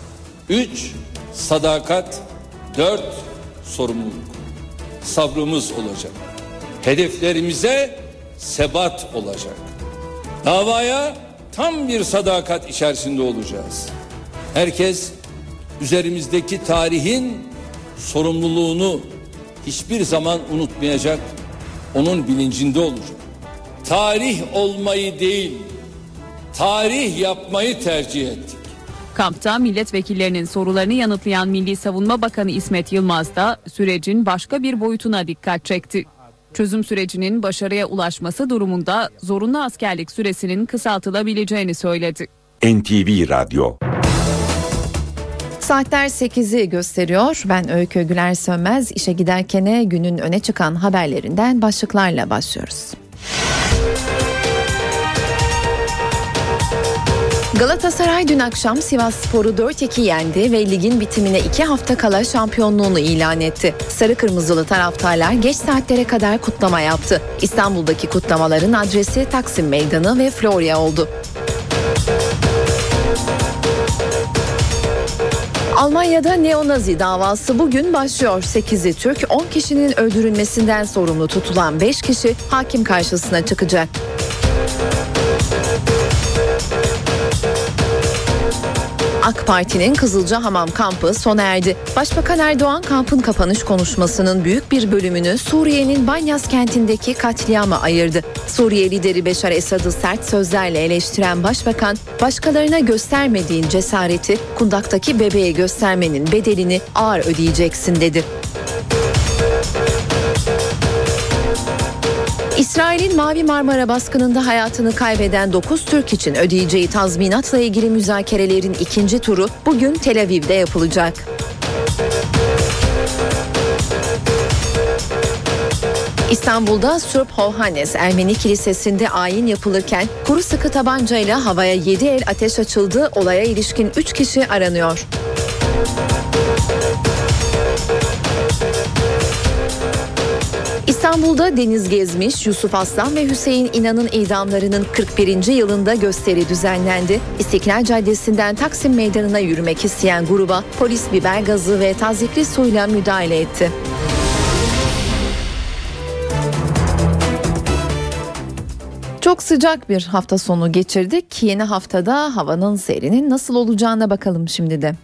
3. Sadakat. 4. Sorumluluk. Sabrımız olacak. Hedeflerimize sebat olacak. Davaya tam bir sadakat içerisinde olacağız. Herkes üzerimizdeki tarihin sorumluluğunu hiçbir zaman unutmayacak, onun bilincinde olacak. Tarih olmayı değil, tarih yapmayı tercih ettik. Kampta milletvekillerinin sorularını yanıtlayan Milli Savunma Bakanı İsmet Yılmaz da sürecin başka bir boyutuna dikkat çekti. Çözüm sürecinin başarıya ulaşması durumunda zorunlu askerlik süresinin kısaltılabileceğini söyledi. NTV Radyo. Saatler 8'i gösteriyor. Ben Öykü Güler Sönmez. İşe giderken günün öne çıkan haberlerinden başlıklarla başlıyoruz. Galatasaray dün akşam Sivasspor'u 4-2 yendi ve ligin bitimine 2 hafta kala şampiyonluğunu ilan etti. Sarı kırmızılı taraftarlar geç saatlere kadar kutlama yaptı. İstanbul'daki kutlamaların adresi Taksim Meydanı ve Florya oldu. Almanya'da neonazi davası bugün başlıyor. 8'i Türk, 10 kişinin öldürülmesinden sorumlu tutulan 5 kişi hakim karşısına çıkacak. AK Parti'nin Kızılcahamam kampı sona erdi. Başbakan Erdoğan kampın kapanış konuşmasının büyük bir bölümünü Suriye'nin Banyas kentindeki katliama ayırdı. Suriye lideri Beşar Esad'ı sert sözlerle eleştiren başbakan, başkalarına göstermediğin cesareti kundaktaki bebeğe göstermenin bedelini ağır ödeyeceksin dedi. İsrail'in Mavi Marmara baskınında hayatını kaybeden 9 Türk için ödeyeceği tazminatla ilgili müzakerelerin ikinci turu bugün Tel Aviv'de yapılacak. İstanbul'da Sırp Hovhannes Ermeni Kilisesi'nde ayin yapılırken kuru sıkı tabancayla havaya 7 el ateş açıldı. Olaya ilişkin 3 kişi aranıyor. İstanbul'da Deniz Gezmiş, Yusuf Aslan ve Hüseyin İnan'ın idamlarının 41. yılında gösteri düzenlendi. İstiklal Caddesi'nden Taksim Meydanı'na yürümek isteyen gruba polis biber gazı ve tazyikli suyla müdahale etti. Çok sıcak bir hafta sonu geçirdik. Yeni haftada havanın seyrinin nasıl olacağına bakalım şimdi de.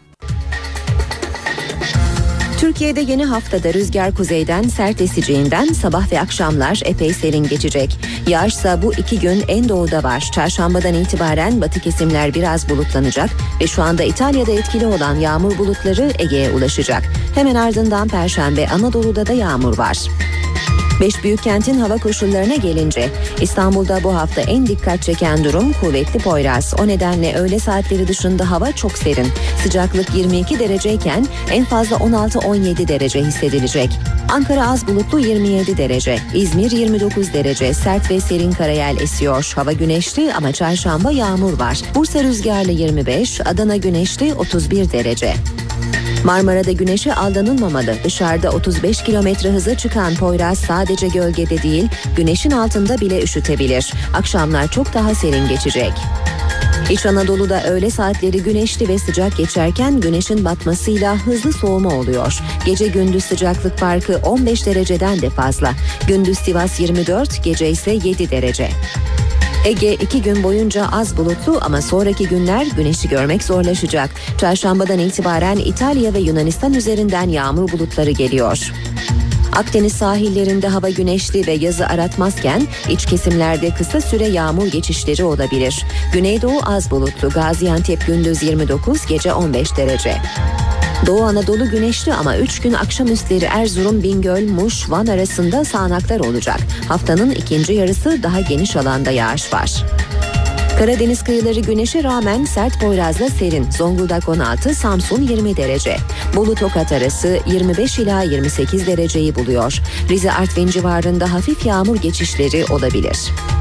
Türkiye'de yeni haftada rüzgar kuzeyden sert eseceğinden sabah ve akşamlar epey serin geçecek. Yağışsa bu 2 gün en doğuda var. Çarşambadan itibaren batı kesimler biraz bulutlanacak ve şu anda İtalya'da etkili olan yağmur bulutları Ege'ye ulaşacak. Hemen ardından Perşembe Anadolu'da da yağmur var. 5 büyük kentin hava koşullarına gelince İstanbul'da bu hafta en dikkat çeken durum kuvvetli Poyraz. O nedenle öğle saatleri dışında hava çok serin. Sıcaklık 22 dereceyken en fazla 16-17 derece hissedilecek. Ankara az bulutlu 27 derece. İzmir 29 derece. Sert ve serin karayel esiyor. Hava güneşli ama çarşamba yağmur var. Bursa rüzgarlı 25, Adana güneşli 31 derece. Marmara'da güneşe aldanılmamalı. Dışarıda 35 kilometre hıza çıkan Poyraz sadece gölgede değil, güneşin altında bile üşütebilir. Akşamlar çok daha serin geçecek. İç Anadolu'da öğle saatleri güneşli ve sıcak geçerken güneşin batmasıyla hızlı soğuma oluyor. Gece gündüz sıcaklık farkı 15 dereceden de fazla. Gündüz Sivas 24, gece ise 7 derece. Ege 2 gün boyunca az bulutlu ama sonraki günler güneşi görmek zorlaşacak. Çarşambadan itibaren İtalya ve Yunanistan üzerinden yağmur bulutları geliyor. Akdeniz sahillerinde hava güneşli ve yazı aratmazken iç kesimlerde kısa süre yağmur geçişleri olabilir. Güneydoğu az bulutlu, Gaziantep gündüz 29, gece 15 derece. Doğu Anadolu güneşli ama 3 gün akşamüstleri Erzurum, Bingöl, Muş, Van arasında sağanaklar olacak. Haftanın ikinci yarısı daha geniş alanda yağış var. Karadeniz kıyıları güneşe rağmen sert Poyraz'la serin. Zonguldak 16, Samsun 20 derece. Bolu Tokat arası 25 ila 28 dereceyi buluyor. Rize Artvin civarında hafif yağmur geçişleri olabilir.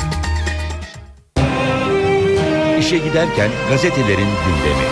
İşe giderken gazetelerin gündemi.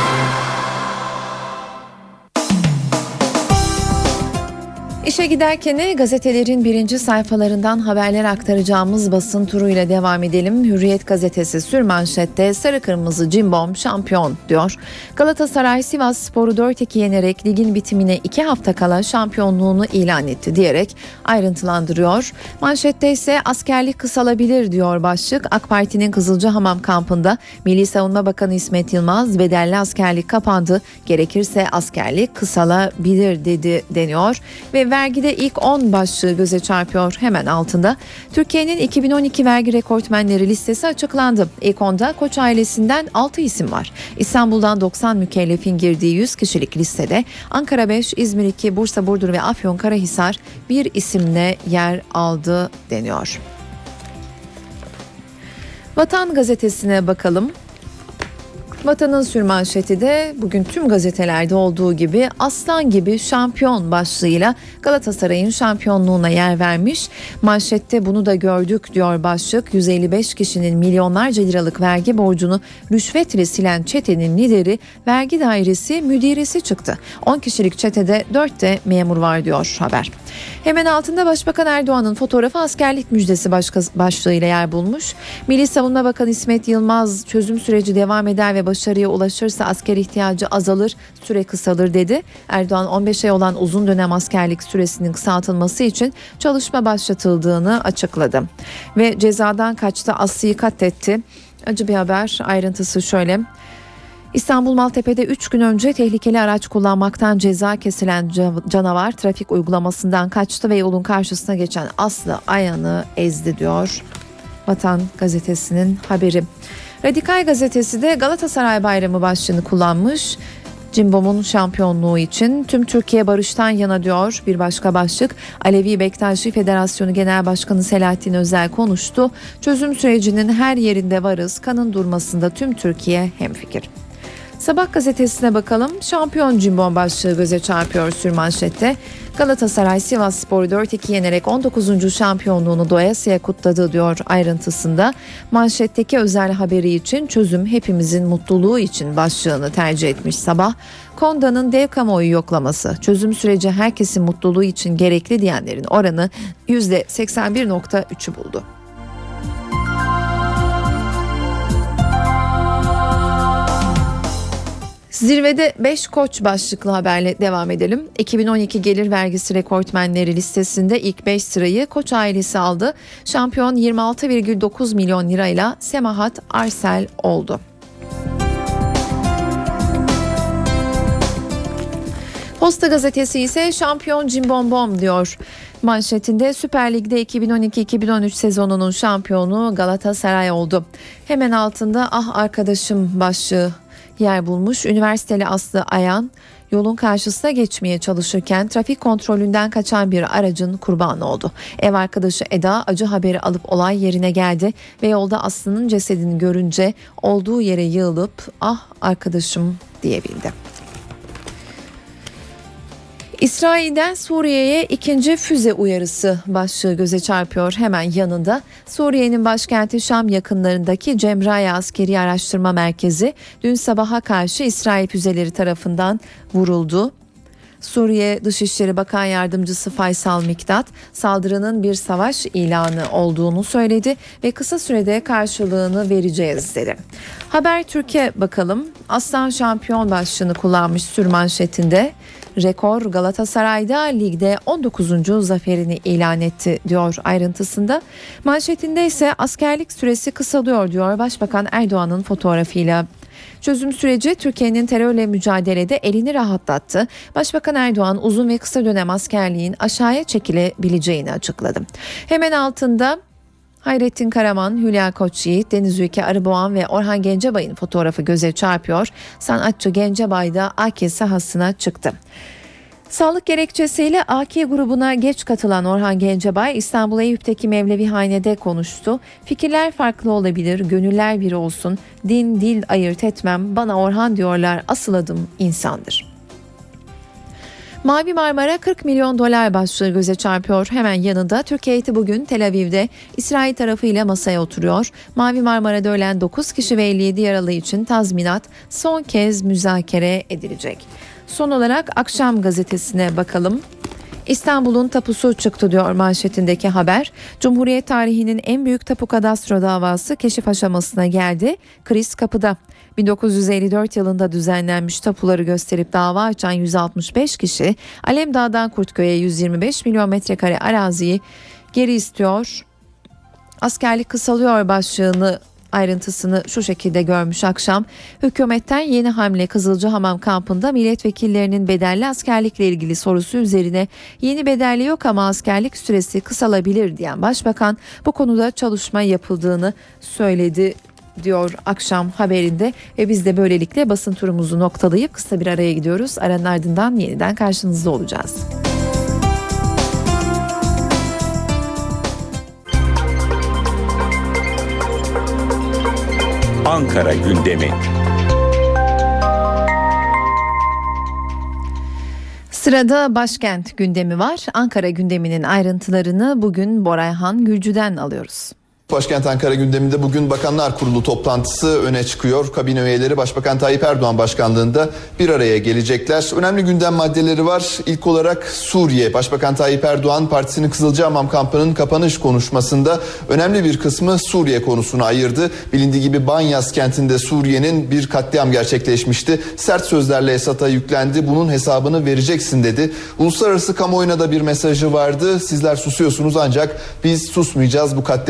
İşe giderken gazetelerin birinci sayfalarından haberler aktaracağımız basın turuyla devam edelim. Hürriyet gazetesi sürmanşette sarı kırmızı cimbom şampiyon diyor. Galatasaray Sivasspor'u 4-2 yenerek ligin bitimine 2 hafta kala şampiyonluğunu ilan etti diyerek ayrıntılandırıyor. Manşette ise askerlik kısalabilir diyor başlık. AK Parti'nin Kızılcahamam kampında Milli Savunma Bakanı İsmet Yılmaz bedelli askerlik kapandı. Gerekirse askerlik kısalabilir dedi deniyor ve vergide ilk 10 başlığı göze çarpıyor hemen altında. Türkiye'nin 2012 vergi rekortmenleri listesi açıklandı. İlk 10'da Koç ailesinden 6 isim var. İstanbul'dan 90 mükellefin girdiği 100 kişilik listede Ankara 5, İzmir 2, Bursa, Burdur ve Afyonkarahisar bir isimle yer aldı deniyor. Vatan gazetesine bakalım. Vatanın sürmanşeti de bugün tüm gazetelerde olduğu gibi aslan gibi şampiyon başlığıyla Galatasaray'ın şampiyonluğuna yer vermiş. Manşette bunu da gördük diyor başlık. 155 kişinin milyonlarca liralık vergi borcunu rüşvetle silen çetenin lideri vergi dairesi müdiresi çıktı. 10 kişilik çetede 4 de memur var diyor haber. Hemen altında Başbakan Erdoğan'ın fotoğrafı askerlik müjdesi başlığıyla yer bulmuş. Milli Savunma Bakanı İsmet Yılmaz çözüm süreci devam eder ve başarıya ulaşırsa asker ihtiyacı azalır, süre kısalır dedi. Erdoğan 15 ay olan uzun dönem askerlik süresinin kısaltılması için çalışma başlatıldığını açıkladı. Ve cezadan kaçtı, Aslı'yı katletti. Acı bir haber, ayrıntısı şöyle. İstanbul Maltepe'de 3 gün önce tehlikeli araç kullanmaktan ceza kesilen canavar trafik uygulamasından kaçtı ve yolun karşısına geçen Aslı Ayan'ı ezdi diyor Vatan Gazetesi'nin haberi. Radikal Gazetesi de Galatasaray Bayramı başlığını kullanmış. Cimbom'un şampiyonluğu için tüm Türkiye barıştan yana diyor bir başka başlık. Alevi Bektaşi Federasyonu Genel Başkanı Selahattin Özel konuştu. Çözüm sürecinin her yerinde varız. Kanın durmasında tüm Türkiye hemfikir. Sabah gazetesine bakalım. Şampiyon Cimbom başlığı göze çarpıyor sürmanşette. Galatasaray Sivasspor'u 4-2 yenerek 19. şampiyonluğunu doyasıya kutladı diyor ayrıntısında. Manşetteki özel haberi için çözüm hepimizin mutluluğu için başlığını tercih etmiş Sabah. Konda'nın dev kamuoyu yoklaması, çözüm süreci herkesin mutluluğu için gerekli diyenlerin oranı %81.3'ü buldu. Zirvede 5 koç başlıklı haberle devam edelim. 2012 gelir vergisi rekortmenleri listesinde ilk 5 sırayı Koç ailesi aldı. Şampiyon 26,9 milyon lirayla Semahat Arsel oldu. Posta gazetesi ise şampiyon Cimbombom diyor. Manşetinde Süper Lig'de 2012-2013 sezonunun şampiyonu Galatasaray oldu. Hemen altında ah arkadaşım başlığı yer bulmuş. Üniversiteli Aslı Ayan yolun karşısına geçmeye çalışırken trafik kontrolünden kaçan bir aracın kurbanı oldu. Ev arkadaşı Eda acı haberi alıp olay yerine geldi ve yolda Aslı'nın cesedini görünce olduğu yere yığılıp ah arkadaşım diyebildi. İsrail'den Suriye'ye ikinci füze uyarısı başlığı göze çarpıyor hemen yanında. Suriye'nin başkenti Şam yakınlarındaki Cemraya Askeri Araştırma Merkezi dün sabaha karşı İsrail füzeleri tarafından vuruldu. Suriye Dışişleri Bakan Yardımcısı Faysal Miktat saldırının bir savaş ilanı olduğunu söyledi ve kısa sürede karşılığını vereceğiz dedi. Habertürk'e bakalım. Aslan şampiyon başlığını kullanmış sürmanşetinde. Rekor Galatasaray'da ligde 19. zaferini ilan etti diyor ayrıntısında. Manşetinde ise askerlik süresi kısalıyor diyor Başbakan Erdoğan'ın fotoğrafıyla. Çözüm süreci Türkiye'nin terörle mücadelede elini rahatlattı. Başbakan Erdoğan uzun ve kısa dönem askerliğin aşağıya çekilebileceğini açıkladı. Hemen altında Hayrettin Karaman, Hülya Koçyiğit, Deniz Ülke Arıboğan ve Orhan Gencebay'ın fotoğrafı göze çarpıyor. Sanatçı Gencebay da AK sahasına çıktı. Sağlık gerekçesiyle AK grubuna geç katılan Orhan Gencebay İstanbul Eyüp'teki Mevlevihane'de konuştu. Fikirler farklı olabilir, gönüller bir olsun, din dil ayırt etmem, bana Orhan diyorlar, asıl adım insandır. Mavi Marmara 40 milyon dolar başlığı göze çarpıyor. Hemen yanında Türk heyeti bugün Tel Aviv'de İsrail tarafıyla masaya oturuyor. Mavi Marmara'da ölen 9 kişi ve 57 yaralı için tazminat son kez müzakere edilecek. Son olarak Akşam gazetesine bakalım. İstanbul'un tapusu çıktı diyor manşetindeki haber. Cumhuriyet tarihinin en büyük tapu kadastro davası keşif aşamasına geldi. Kriz kapıda. 1954 yılında düzenlenmiş tapuları gösterip dava açan 165 kişi Alemdağ'dan Kurtköy'e 125 milyon metrekare araziyi geri istiyor. Askerlik kısalıyor başlığını ayrıntısını şu şekilde görmüş Akşam. Hükümetten yeni hamle Kızılcahamam kampında milletvekillerinin bedelli askerlikle ilgili sorusu üzerine yeni bedelli yok ama askerlik süresi kısalabilir diyen Başbakan bu konuda çalışma yapıldığını söyledi diyor Akşam haberinde ve biz de böylelikle basın turumuzu noktalayıp kısa bir araya gidiyoruz. Aranın ardından yeniden karşınızda olacağız. Ankara gündemi. Sırada başkent gündemi var. Ankara gündeminin ayrıntılarını bugün Borayhan Gülcü'den alıyoruz. Başkent Ankara gündeminde bugün Bakanlar Kurulu toplantısı öne çıkıyor. Kabine üyeleri Başbakan Tayyip Erdoğan başkanlığında bir araya gelecekler. Önemli gündem maddeleri var. İlk olarak Suriye. Başbakan Tayyip Erdoğan partisinin Kızılcahamam kampının kapanış konuşmasında önemli bir kısmı Suriye konusuna ayırdı. Bilindiği gibi Banyas kentinde Suriye'nin bir katliam gerçekleşmişti. Sert sözlerle Esad'a yüklendi. Bunun hesabını vereceksin dedi. Uluslararası kamuoyuna da bir mesajı vardı. Sizler susuyorsunuz ancak biz susmayacağız bu katliamlar karşısında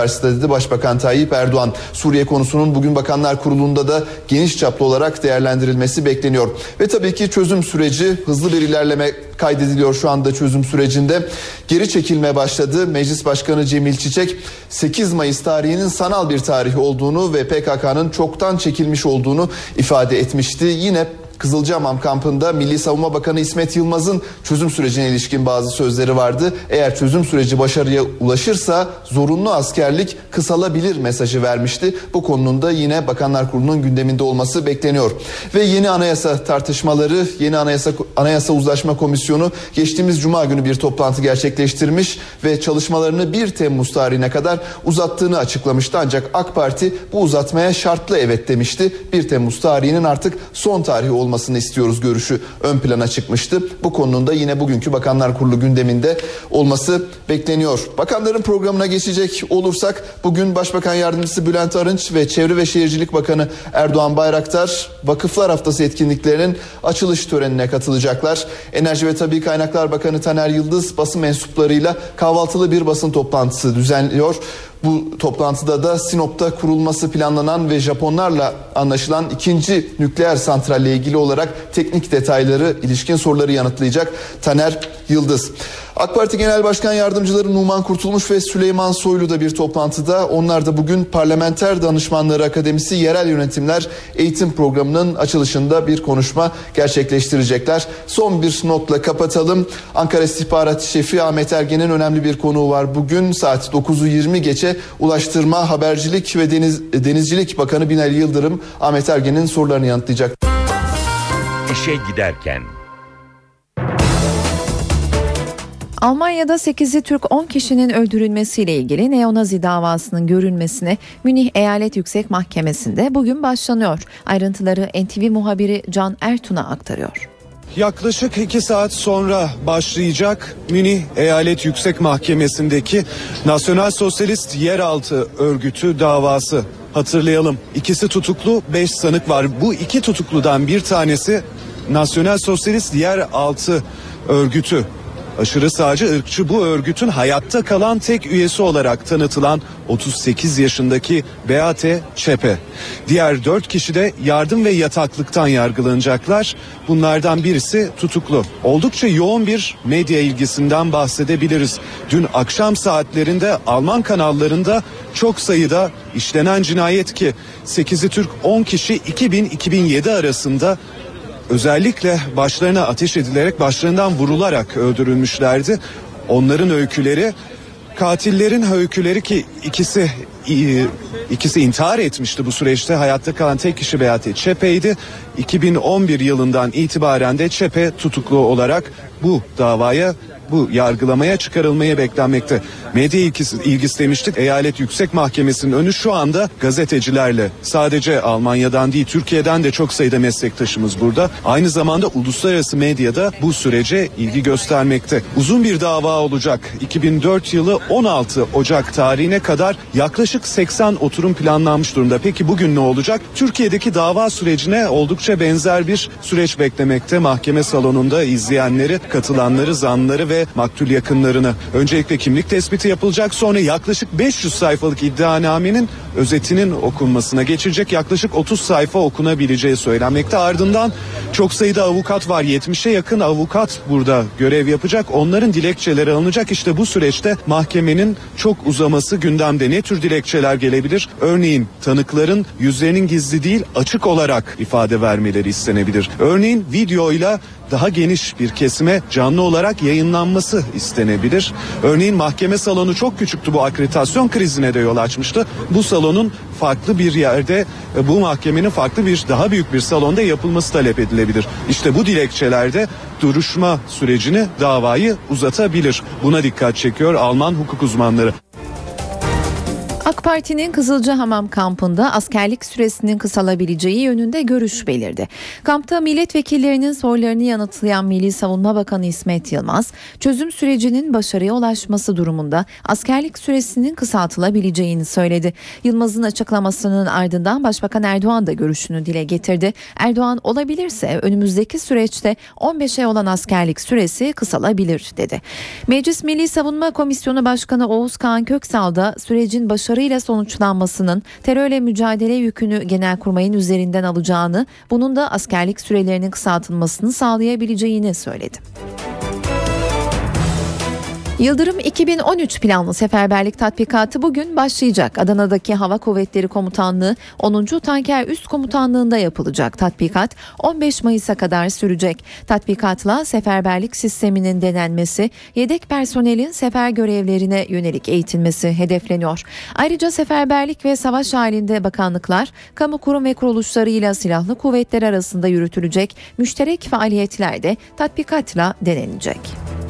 karşısında dedi Başbakan Tayyip Erdoğan. Suriye konusunun bugün Bakanlar Kurulu'nda da geniş çaplı olarak değerlendirilmesi bekleniyor. Ve tabii ki çözüm süreci, hızlı bir ilerleme kaydediliyor şu anda çözüm sürecinde. Geri çekilme başladı. Meclis Başkanı Cemil Çiçek 8 Mayıs tarihinin sanal bir tarih olduğunu ve PKK'nın çoktan çekilmiş olduğunu ifade etmişti. Yine Kızılcahamam kampında Milli Savunma Bakanı İsmet Yılmaz'ın çözüm sürecine ilişkin bazı sözleri vardı. Eğer çözüm süreci başarıya ulaşırsa zorunlu askerlik kısalabilir mesajı vermişti. Bu konunun da yine Bakanlar Kurulu'nun gündeminde olması bekleniyor. Ve yeni anayasa tartışmaları, yeni anayasa uzlaşma komisyonu geçtiğimiz Cuma günü bir toplantı gerçekleştirmiş ve çalışmalarını 1 Temmuz tarihine kadar uzattığını açıklamıştı. Ancak AK Parti bu uzatmaya şartlı evet demişti. 1 Temmuz tarihinin artık son tarihi olmasını istiyoruz görüşü ön plana çıkmıştı. Bu konunun da yine bugünkü Bakanlar Kurulu gündeminde olması bekleniyor. Bakanların programına geçecek olursak bugün Başbakan Yardımcısı Bülent Arınç ve Çevre ve Şehircilik Bakanı Erdoğan Bayraktar Vakıflar Haftası etkinliklerinin açılış törenine katılacaklar. Enerji ve Tabii Kaynaklar Bakanı Taner Yıldız basın mensuplarıyla kahvaltılı bir basın toplantısı düzenliyor. Bu toplantıda da Sinop'ta kurulması planlanan ve Japonlarla anlaşılan 2. nükleer santralle ilgili olarak teknik detayları, ilişkin soruları yanıtlayacak Taner Yıldız. AK Parti Genel Başkan Yardımcıları Numan Kurtulmuş ve Süleyman Soylu da bir toplantıda. Onlar da bugün Parlamenter Danışmanları Akademisi Yerel Yönetimler Eğitim Programı'nın açılışında bir konuşma gerçekleştirecekler. Son bir notla kapatalım. Ankara İstihbarat Şefi Ahmet Ergen'in önemli bir konuğu var. Bugün saat 9'u 20 geçe Ulaştırma, Habercilik ve Denizcilik Bakanı Binali Yıldırım Ahmet Ergen'in sorularını yanıtlayacak. İşe giderken. Almanya'da 8'li Türk 10 kişinin öldürülmesiyle ilgili neonazi davasının görülmesine Münih Eyalet Yüksek Mahkemesi'nde bugün başlanıyor. Ayrıntıları NTV muhabiri Can Ertun'a aktarıyor. Yaklaşık 2 saat sonra başlayacak Münih Eyalet Yüksek Mahkemesi'ndeki Nasyonal Sosyalist Yeraltı Örgütü davası. Hatırlayalım, ikisi tutuklu, 5 sanık var. Bu 2 tutukludan bir tanesi Nasyonal Sosyalist Yeraltı Örgütü. Aşırı sağcı ırkçı bu örgütün hayatta kalan tek üyesi olarak tanıtılan 38 yaşındaki Beate Zschäpe. Diğer 4 kişi de yardım ve yataklıktan yargılanacaklar. Bunlardan birisi tutuklu. Oldukça yoğun bir medya ilgisinden bahsedebiliriz. Dün akşam saatlerinde Alman kanallarında çok sayıda işlenen cinayet ki 8'i Türk 10 kişi 2000-2007 arasında özellikle başlarına ateş edilerek, başlarından vurularak öldürülmüşlerdi. Onların öyküleri, katillerin öyküleri ki ikisi intihar etmişti bu süreçte. Hayatta kalan tek kişi Beate Zschäpe'ydi. 2011 yılından itibaren de Zschäpe tutuklu olarak bu davaya, bu yargılamaya çıkarılmaya beklenmekte. Medya ilgisi demiştik. Eyalet Yüksek Mahkemesi'nin önü şu anda gazetecilerle. Sadece Almanya'dan değil, Türkiye'den de çok sayıda meslektaşımız burada. Aynı zamanda uluslararası medyada bu sürece ilgi göstermekte. Uzun bir dava olacak. 2004 yılı 16 Ocak tarihine kadar yaklaşık 80 oturum planlanmış durumda. Peki bugün ne olacak? Türkiye'deki dava sürecine oldukça benzer bir süreç beklemekte. Mahkeme salonunda izleyenleri, katılanları, zanlıları ve maktul yakınlarını. Öncelikle kimlik tespiti yapılacak, sonra yaklaşık 500 sayfalık iddianamenin özetinin okunmasına geçilecek. Yaklaşık 30 sayfa okunabileceği söylenmekte. Ardından çok sayıda avukat var. 70'e yakın avukat burada görev yapacak. Onların dilekçeleri alınacak. İşte bu süreçte mahkemenin çok uzaması gündemde. Ne tür dilekçeler gelebilir? Örneğin tanıkların yüzlerinin gizli değil, açık olarak ifade vermeleri istenebilir. Örneğin videoyla daha geniş bir kesime canlı olarak yayınlanması istenebilir. Örneğin mahkeme salonu çok küçüktü, bu akreditasyon krizine de yol açmıştı. Bu salonun farklı bir yerde, bu mahkemenin farklı bir, daha büyük bir salonda yapılması talep edilebilir. İşte bu dilekçelerde duruşma sürecini, davayı uzatabilir. Buna dikkat çekiyor Alman hukuk uzmanları. AK Parti'nin Kızılcahamam kampında askerlik süresinin kısalabileceği yönünde görüş belirdi. Kampta milletvekillerinin sorularını yanıtlayan Milli Savunma Bakanı İsmet Yılmaz, çözüm sürecinin başarıya ulaşması durumunda askerlik süresinin kısaltılabileceğini söyledi. Yılmaz'ın açıklamasının ardından Başbakan Erdoğan da görüşünü dile getirdi. Erdoğan olabilirse önümüzdeki süreçte 15 ay olan askerlik süresi kısalabilir dedi. Meclis Milli Savunma Komisyonu Başkanı Oğuz Kağan Köksal da sürecin başarı başarıyla sonuçlanmasının terörle mücadele yükünü Genelkurmay'ın üzerinden alacağını, bunun da askerlik sürelerinin kısaltılmasını sağlayabileceğini söyledi. Yıldırım 2013 planlı seferberlik tatbikatı bugün başlayacak. Adana'daki Hava Kuvvetleri Komutanlığı 10. Tanker Üst Komutanlığı'nda yapılacak. Tatbikat 15 Mayıs'a kadar sürecek. Tatbikatla seferberlik sisteminin denenmesi, yedek personelin sefer görevlerine yönelik eğitilmesi hedefleniyor. Ayrıca seferberlik ve savaş halinde bakanlıklar, kamu kurum ve kuruluşlarıyla silahlı kuvvetler arasında yürütülecek müşterek faaliyetler de tatbikatla denenecek.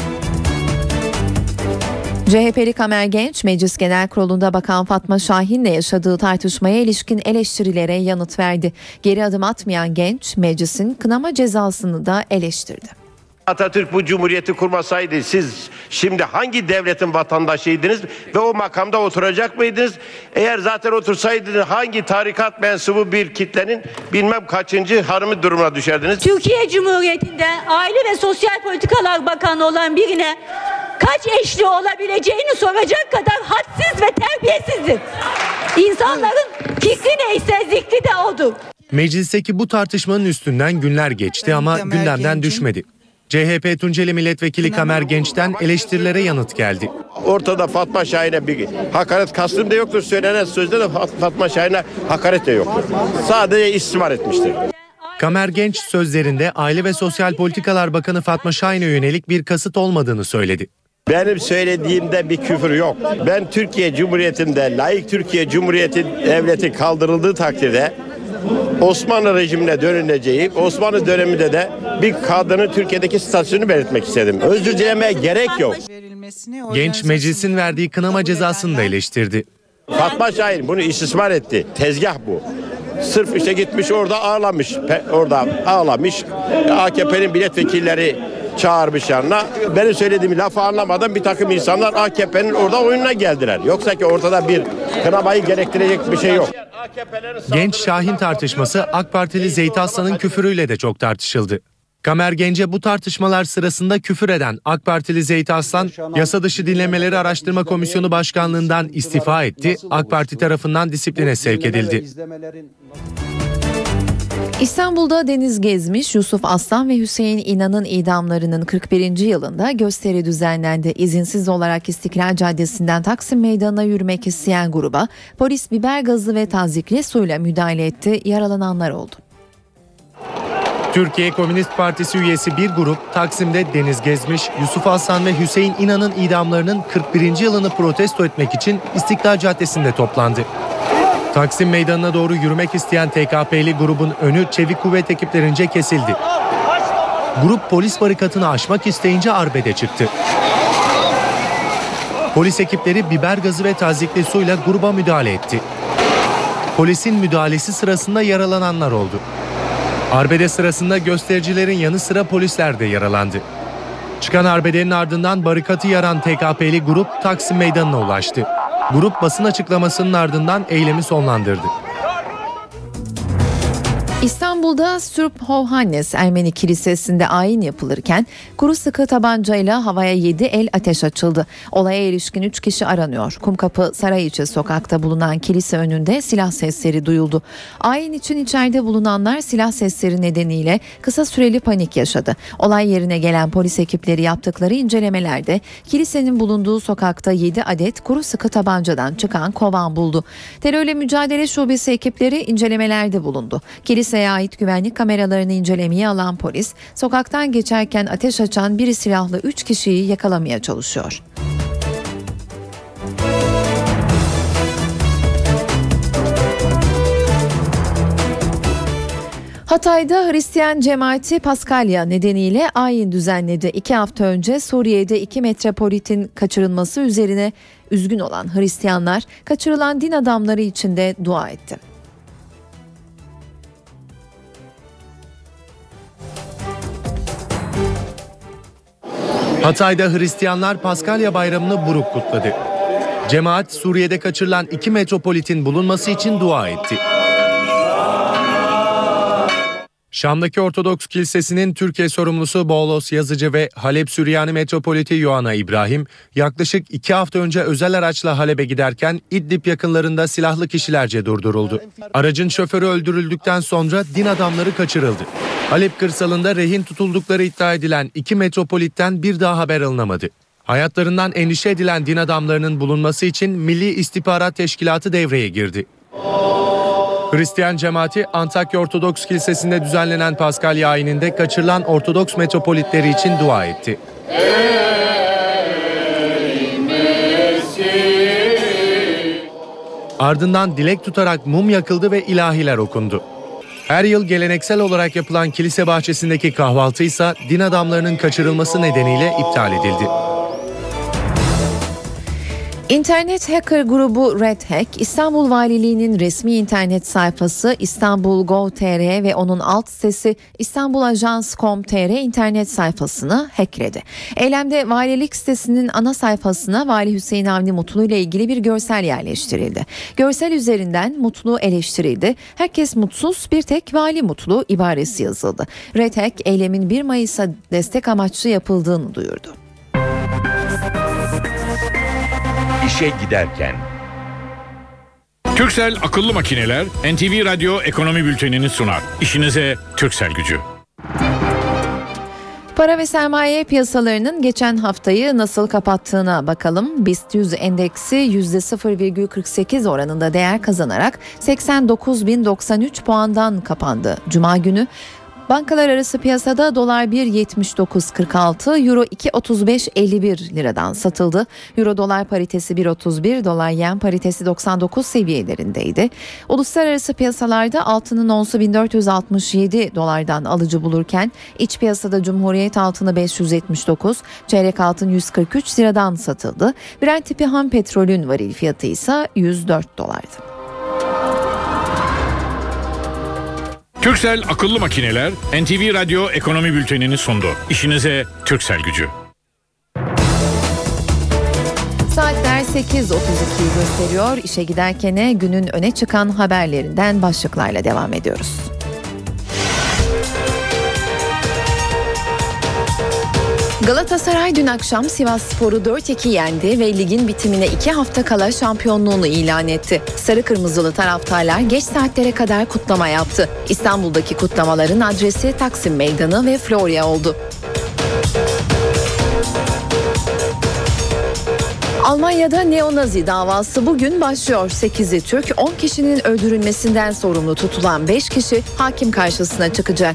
CHP'li Kamer Genç, Meclis Genel Kurulu'nda Bakan Fatma Şahin'le yaşadığı tartışmaya ilişkin eleştirilere yanıt verdi. Geri adım atmayan Genç, meclisin kınama cezasını da eleştirdi. Atatürk bu cumhuriyeti kurmasaydı siz şimdi hangi devletin vatandaşıydınız ve o makamda oturacak mıydınız? Eğer zaten otursaydınız hangi tarikat mensubu bir kitlenin bilmem kaçıncı harımı durumuna düşerdiniz? Türkiye Cumhuriyeti'nde Aile ve Sosyal Politikalar Bakanı olan birine kaç eşli olabileceğini soracak kadar hadsiz ve terbiyesizdir. İnsanların fikri neyse zikri de odur. Meclisteki bu tartışmanın üstünden günler geçti ama gündemden düşmedi. CHP Tunceli Milletvekili Kamer Genç'ten eleştirilere yanıt geldi. Ortada Fatma Şahin'e bir hakaret kastım da yoktur. Söylenen sözde de Fatma Şahin'e hakaret de yoktur. Sadece istismar etmiştir. Kamer Genç sözlerinde Aile ve Sosyal Politikalar Bakanı Fatma Şahin'e yönelik bir kasıt olmadığını söyledi. Benim söylediğimde bir küfür yok. Ben Türkiye Cumhuriyeti'nde layık Türkiye Cumhuriyeti devleti kaldırıldığı takdirde Osmanlı rejimine dönüleceği, Osmanlı döneminde de bir kadının Türkiye'deki statüsünü belirtmek istedim. Özür dilemeye gerek yok. Genç meclisin verdiği kınama cezasını da eleştirdi. Fatma Şahin bunu istismar etti. Tezgah bu. Sırf işte gitmiş orada ağlamış. Orada ağlamış. AKP'nin milletvekilleri çağırmış yanına. Benim söylediğim lafı anlamadan bir takım insanlar AKP'nin orada oyununa geldiler. Yoksa ki ortada bir kınamayı gerektirecek bir şey yok. Genç Şahin tartışması AK Partili Zeyt Aslan'ın küfürüyle de çok tartışıldı. Kamer Genç'e bu tartışmalar sırasında küfür eden AK Partili Zeyt Aslan, yasa dışı dinlemeleri araştırma komisyonu başkanlığından istifa etti, AK Parti tarafından disipline sevk edildi. İstanbul'da Deniz Gezmiş, Yusuf Aslan ve Hüseyin İnan'ın idamlarının 41. yılında gösteri düzenlendi. İzinsiz olarak İstiklal Caddesi'nden Taksim Meydanı'na yürümek isteyen gruba polis biber gazı ve tazyikli suyla müdahale etti. Yaralananlar oldu. Türkiye Komünist Partisi üyesi bir grup Taksim'de Deniz Gezmiş, Yusuf Aslan ve Hüseyin İnan'ın idamlarının 41. yılını protesto etmek için İstiklal Caddesi'nde toplandı. Taksim Meydanı'na doğru yürümek isteyen TKP'li grubun önü çevik kuvvet ekiplerince kesildi. Grup polis barikatını aşmak isteyince arbede çıktı. Polis ekipleri biber gazı ve tazyikli suyla gruba müdahale etti. Polisin müdahalesi sırasında yaralananlar oldu. Arbede sırasında göstericilerin yanı sıra polisler de yaralandı. Çıkan arbedenin ardından barikatı yaran TKP'li grup Taksim Meydanı'na ulaştı. Grup basın açıklamasının ardından eylemi sonlandırdı. İstanbul'da Sürp Hovhannes Ermeni Kilisesi'nde ayin yapılırken kuru sıkı tabancayla havaya 7 el ateş açıldı. Olaya ilişkin 3 kişi aranıyor. Kumkapı Sarayiçi sokakta bulunan kilise önünde silah sesleri duyuldu. Ayin için içeride bulunanlar silah sesleri nedeniyle kısa süreli panik yaşadı. Olay yerine gelen polis ekipleri yaptıkları incelemelerde kilisenin bulunduğu sokakta 7 adet kuru sıkı tabancadan çıkan kovan buldu. Terörle mücadele şubesi ekipleri incelemelerde bulundu. Kiliseye ait güvenlik kameralarını incelemeye alan polis, sokaktan geçerken ateş açan biri silahlı 3 kişiyi yakalamaya çalışıyor. Hatay'da Hristiyan cemaati Paskalya nedeniyle ayin düzenledi. 2 hafta önce Suriye'de 2 metropolitin kaçırılması üzerine üzgün olan Hristiyanlar kaçırılan din adamları için de dua etti. Hatay'da Hristiyanlar Paskalya Bayramı'nı buruk kutladı. Cemaat Suriye'de kaçırılan 2 metropolitin bulunması için dua etti. Şam'daki Ortodoks Kilisesi'nin Türkiye sorumlusu Boğlos Yazıcı ve Halep Süryani Metropoliti Yoana İbrahim yaklaşık 2 hafta önce özel araçla Halep'e giderken İdlib yakınlarında silahlı kişilerce durduruldu. Aracın şoförü öldürüldükten sonra din adamları kaçırıldı. Halep kırsalında rehin tutuldukları iddia edilen 2 metropolitten bir daha haber alınamadı. Hayatlarından endişe edilen din adamlarının bulunması için Milli İstihbarat Teşkilatı devreye girdi. Hristiyan cemaati Antakya Ortodoks Kilisesi'nde düzenlenen Paskalya ayininde kaçırılan Ortodoks metropolitleri için dua etti. Ardından dilek tutarak mum yakıldı ve ilahiler okundu. Her yıl geleneksel olarak yapılan kilise bahçesindeki kahvaltı ise din adamlarının kaçırılması nedeniyle iptal edildi. İnternet hacker grubu Red Hack, İstanbul Valiliği'nin resmi internet sayfası istanbul.gov.tr ve onun alt sitesi istanbulajans.com.tr internet sayfasını hackledi. Eylemde valilik sitesinin ana sayfasına Vali Hüseyin Avni Mutlu ile ilgili bir görsel yerleştirildi. Görsel üzerinden Mutlu eleştirildi. Herkes mutsuz, bir tek vali mutlu ibaresi yazıldı. Red Hack, eylemin 1 Mayıs'a destek amaçlı yapıldığını duyurdu. İşe giderken. Turkcell akıllı makineler NTV Radyo ekonomi bültenini sunar. İşinize Turkcell gücü. Para ve sermaye piyasalarının geçen haftayı nasıl kapattığına bakalım. BIST 100 endeksi %0,48 oranında değer kazanarak 89.093 puandan kapandı. Cuma günü bankalar arası piyasada dolar 1.7946, euro 2.3551 liradan satıldı. Euro dolar paritesi 1.31, dolar yen paritesi 99 seviyelerindeydi. Uluslararası piyasalarda altının onsu 1467 dolardan alıcı bulurken iç piyasada Cumhuriyet altını 579, çeyrek altın 143 liradan satıldı. Brent tipi ham petrolün varil fiyatı ise 104 dolardı. Turkcell akıllı makineler NTV Radyo ekonomi bültenini sundu. İşinize Turkcell gücü. Saatler 8.32'yi gösteriyor. İşe giderken günün öne çıkan haberlerinden başlıklarla devam ediyoruz. Galatasaray dün akşam Sivasspor'u 4-2 yendi ve ligin bitimine 2 hafta kala şampiyonluğunu ilan etti. Sarı kırmızılı taraftarlar geç saatlere kadar kutlama yaptı. İstanbul'daki kutlamaların adresi Taksim Meydanı ve Florya oldu. Almanya'da neonazi davası bugün başlıyor. 8'i Türk, 10 kişinin öldürülmesinden sorumlu tutulan 5 kişi hakim karşısına çıkacak.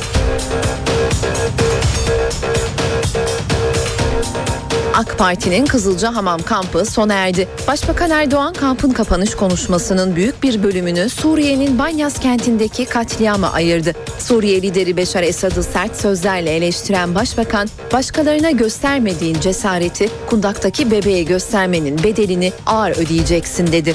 AK Parti'nin Kızılcahamam kampı sona erdi. Başbakan Erdoğan kampın kapanış konuşmasının büyük bir bölümünü Suriye'nin Banyas kentindeki katliama ayırdı. Suriye lideri Beşar Esad'ı sert sözlerle eleştiren başbakan, başkalarına göstermediğin cesareti kundaktaki bebeğe göstermenin bedelini ağır ödeyeceksin dedi.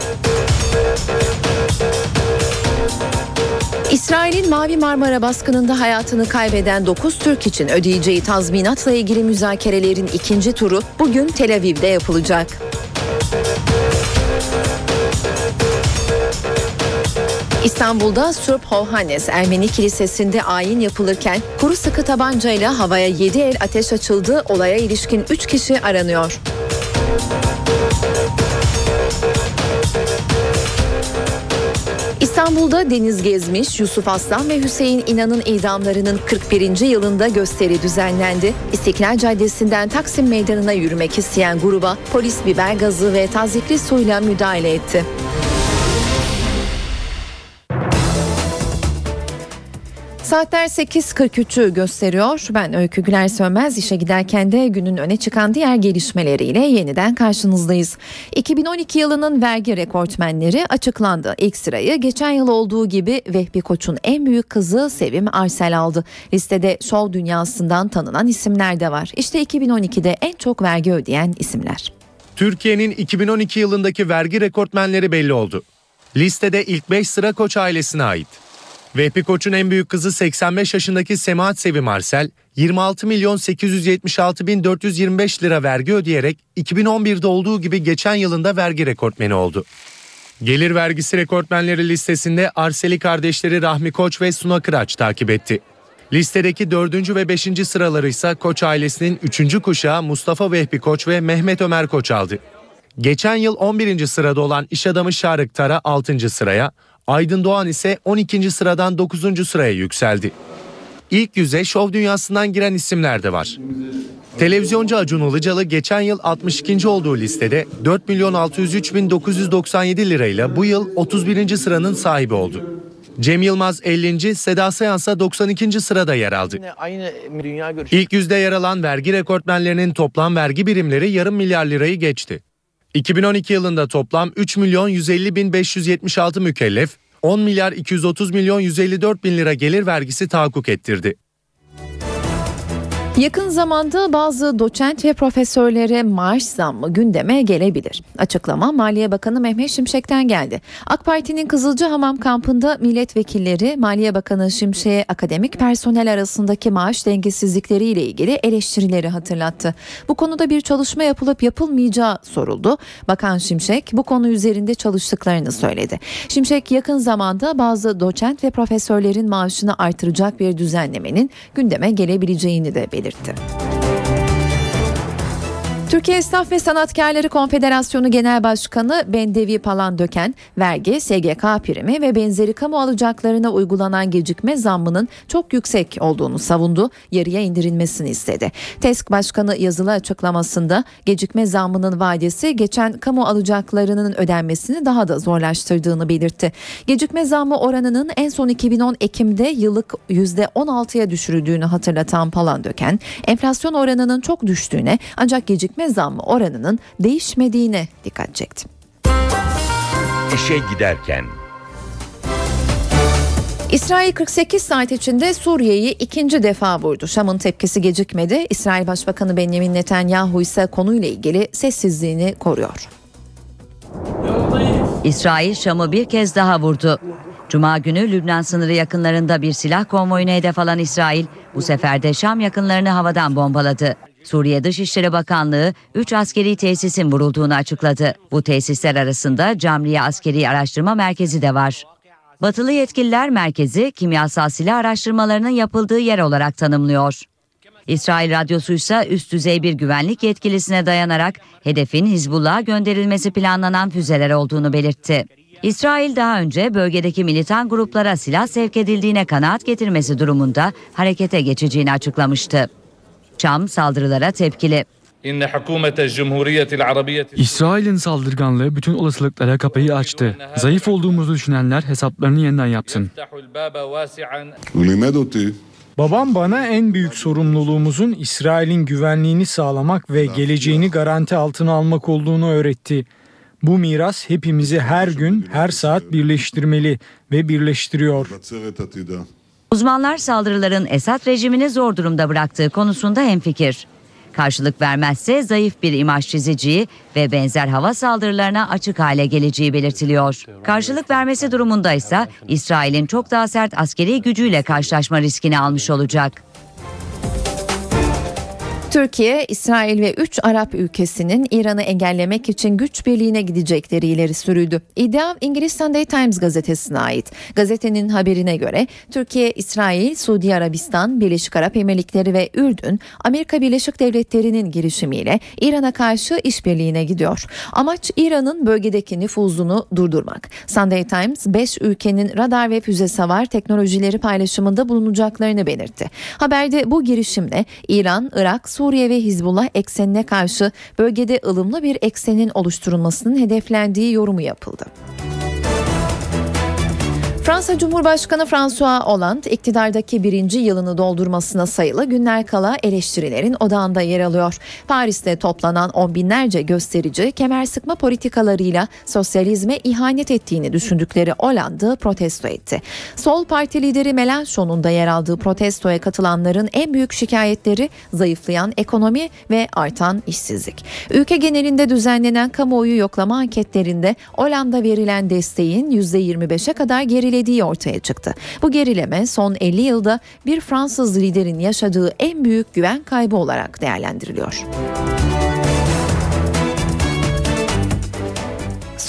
İsrail'in Mavi Marmara baskınında hayatını kaybeden 9 Türk için ödeyeceği tazminatla ilgili müzakerelerin ikinci turu bugün Tel Aviv'de yapılacak. İstanbul'da Sırp Hovhannes Ermeni Kilisesi'nde ayin yapılırken kuru sıkı tabancayla havaya 7 el ateş açıldı. Olaya ilişkin 3 kişi aranıyor. İstanbul'da Deniz Gezmiş, Yusuf Aslan ve Hüseyin İnan'ın idamlarının 41. yılında gösteri düzenlendi. İstiklal Caddesi'nden Taksim Meydanı'na yürümek isteyen gruba polis biber gazı ve tazyikli suyla müdahale etti. Saatler 8.43'ü gösteriyor. Ben Öykü Güler Sönmez. İşe giderken de günün öne çıkan diğer gelişmeleriyle yeniden karşınızdayız. 2012 yılının vergi rekortmenleri açıklandı. İlk sırayı geçen yıl olduğu gibi Vehbi Koç'un en büyük kızı Sevim Arsel aldı. Listede şov dünyasından tanınan isimler de var. İşte 2012'de en çok vergi ödeyen isimler. Türkiye'nin 2012 yılındaki vergi rekortmenleri belli oldu. Listede ilk 5 sıra Koç ailesine ait. Vehbi Koç'un en büyük kızı 85 yaşındaki Semahat Sevim Arsel 26.876.425 lira vergi ödeyerek 2011'de olduğu gibi geçen yılında vergi rekortmeni oldu. Gelir vergisi rekortmenleri listesinde Arseli kardeşleri Rahmi Koç ve Suna Kıraç takip etti. Listedeki 4. ve 5. sıraları ise Koç ailesinin 3. kuşağı Mustafa Vehbi Koç ve Mehmet Ömer Koç aldı. Geçen yıl 11. sırada olan iş adamı Şarık Tara 6. sıraya, Aydın Doğan ise 12. sıradan 9. sıraya yükseldi. İlk yüze şov dünyasından giren isimler de var. Televizyoncu Acun Ilıcalı geçen yıl 62. olduğu listede 4.603.997 lirayla bu yıl 31. sıranın sahibi oldu. Cem Yılmaz 50. Seda Sayan ise 92. sırada yer aldı. İlk yüzde yer alan vergi rekortmenlerinin toplam vergi birimleri yarım milyar lirayı geçti. 2012 yılında toplam 3.150.576 mükellef, 10.230.154.000 lira gelir vergisi tahakkuk ettirdi. Yakın zamanda bazı doçent ve profesörlere maaş zammı gündeme gelebilir. Açıklama Maliye Bakanı Mehmet Şimşek'ten geldi. AK Parti'nin Kızılcahamam kampında milletvekilleri Maliye Bakanı Şimşek'e akademik personel arasındaki maaş dengesizlikleriyle ilgili eleştirileri hatırlattı. Bu konuda bir çalışma yapılıp yapılmayacağı soruldu. Bakan Şimşek bu konu üzerinde çalıştıklarını söyledi. Şimşek yakın zamanda bazı doçent ve profesörlerin maaşını artıracak bir düzenlemenin gündeme gelebileceğini de belirtti. Türkiye Esnaf ve Sanatkarları Konfederasyonu Genel Başkanı Bendevi Palandöken, vergi, SGK primi ve benzeri kamu alacaklarına uygulanan gecikme zammının çok yüksek olduğunu savundu, yarıya indirilmesini istedi. TESK Başkanı yazılı açıklamasında gecikme zammının vadesi geçen kamu alacaklarının ödenmesini daha da zorlaştırdığını belirtti. Gecikme zammı oranının en son 2010 Ekim'de yıllık %16'ya düşürüldüğünü hatırlatan Palandöken, enflasyon oranının çok düştüğüne ancak gecikme zammı oranının değişmediğine dikkat çekti. İşe giderken. İsrail 48 saat içinde Suriye'yi ikinci defa vurdu. Şam'ın tepkisi gecikmedi. İsrail Başbakanı Benjamin Netanyahu ise konuyla ilgili sessizliğini koruyor. İsrail Şam'ı bir kez daha vurdu. Cuma günü Lübnan sınırı yakınlarında bir silah konvoyuna hedef alan İsrail bu sefer de Şam yakınlarını havadan bombaladı. Suriye Dışişleri Bakanlığı 3 askeri tesisin vurulduğunu açıkladı. Bu tesisler arasında Camliye Askeri Araştırma Merkezi de var. Batılı yetkililer merkezi kimyasal silah araştırmalarının yapıldığı yer olarak tanımlıyor. İsrail radyosu ise üst düzey bir güvenlik yetkilisine dayanarak hedefin Hizbullah'a gönderilmesi planlanan füzeler olduğunu belirtti. İsrail daha önce bölgedeki militan gruplara silah sevk edildiğine kanaat getirmesi durumunda harekete geçeceğini açıklamıştı. Şam saldırılara tepkili. İsrail'in saldırganlığı bütün olasılıklara kapıyı açtı. Zayıf olduğumuzu düşünenler hesaplarını yeniden yapsın. Babam bana en büyük sorumluluğumuzun İsrail'in güvenliğini sağlamak ve geleceğini garanti altına almak olduğunu öğretti. Bu miras hepimizi her gün, her saat birleştirmeli ve birleştiriyor. Uzmanlar saldırıların Esad rejimini zor durumda bıraktığı konusunda hemfikir. Karşılık vermezse zayıf bir imaj çizeceği ve benzer hava saldırılarına açık hale geleceği belirtiliyor. Karşılık vermesi durumunda ise İsrail'in çok daha sert askeri gücüyle karşılaşma riskini almış olacak. Türkiye, İsrail ve 3 Arap ülkesinin İran'ı engellemek için güç birliğine gidecekleri ileri sürüldü. İddia İngiliz Sunday Times gazetesine ait. Gazetenin haberine göre Türkiye, İsrail, Suudi Arabistan, Birleşik Arap Emirlikleri ve Ürdün, Amerika Birleşik Devletleri'nin girişimiyle İran'a karşı işbirliğine gidiyor. Amaç İran'ın bölgedeki nüfuzunu durdurmak. Sunday Times, 5 ülkenin radar ve füze savar teknolojileri paylaşımında bulunacaklarını belirtti. Haberde bu girişimle İran, Irak, Suriye ve Hizbullah eksenine karşı bölgede ılımlı bir eksenin oluşturulmasının hedeflendiği yorumu yapıldı. Fransa Cumhurbaşkanı François Hollande iktidardaki 1. yılını doldurmasına sayılı günler kala eleştirilerin odağında yer alıyor. Paris'te toplanan on binlerce gösterici kemer sıkma politikalarıyla sosyalizme ihanet ettiğini düşündükleri Hollande'ı protesto etti. Sol Parti lideri Mélenchon'un da yer aldığı protestoya katılanların en büyük şikayetleri zayıflayan ekonomi ve artan işsizlik. Ülke genelinde düzenlenen kamuoyu yoklama anketlerinde Hollande'a verilen desteğin %25'e kadar gerilediği ortaya çıktı. Bu gerileme son 50 yılda bir Fransız liderin yaşadığı en büyük güven kaybı olarak değerlendiriliyor. Son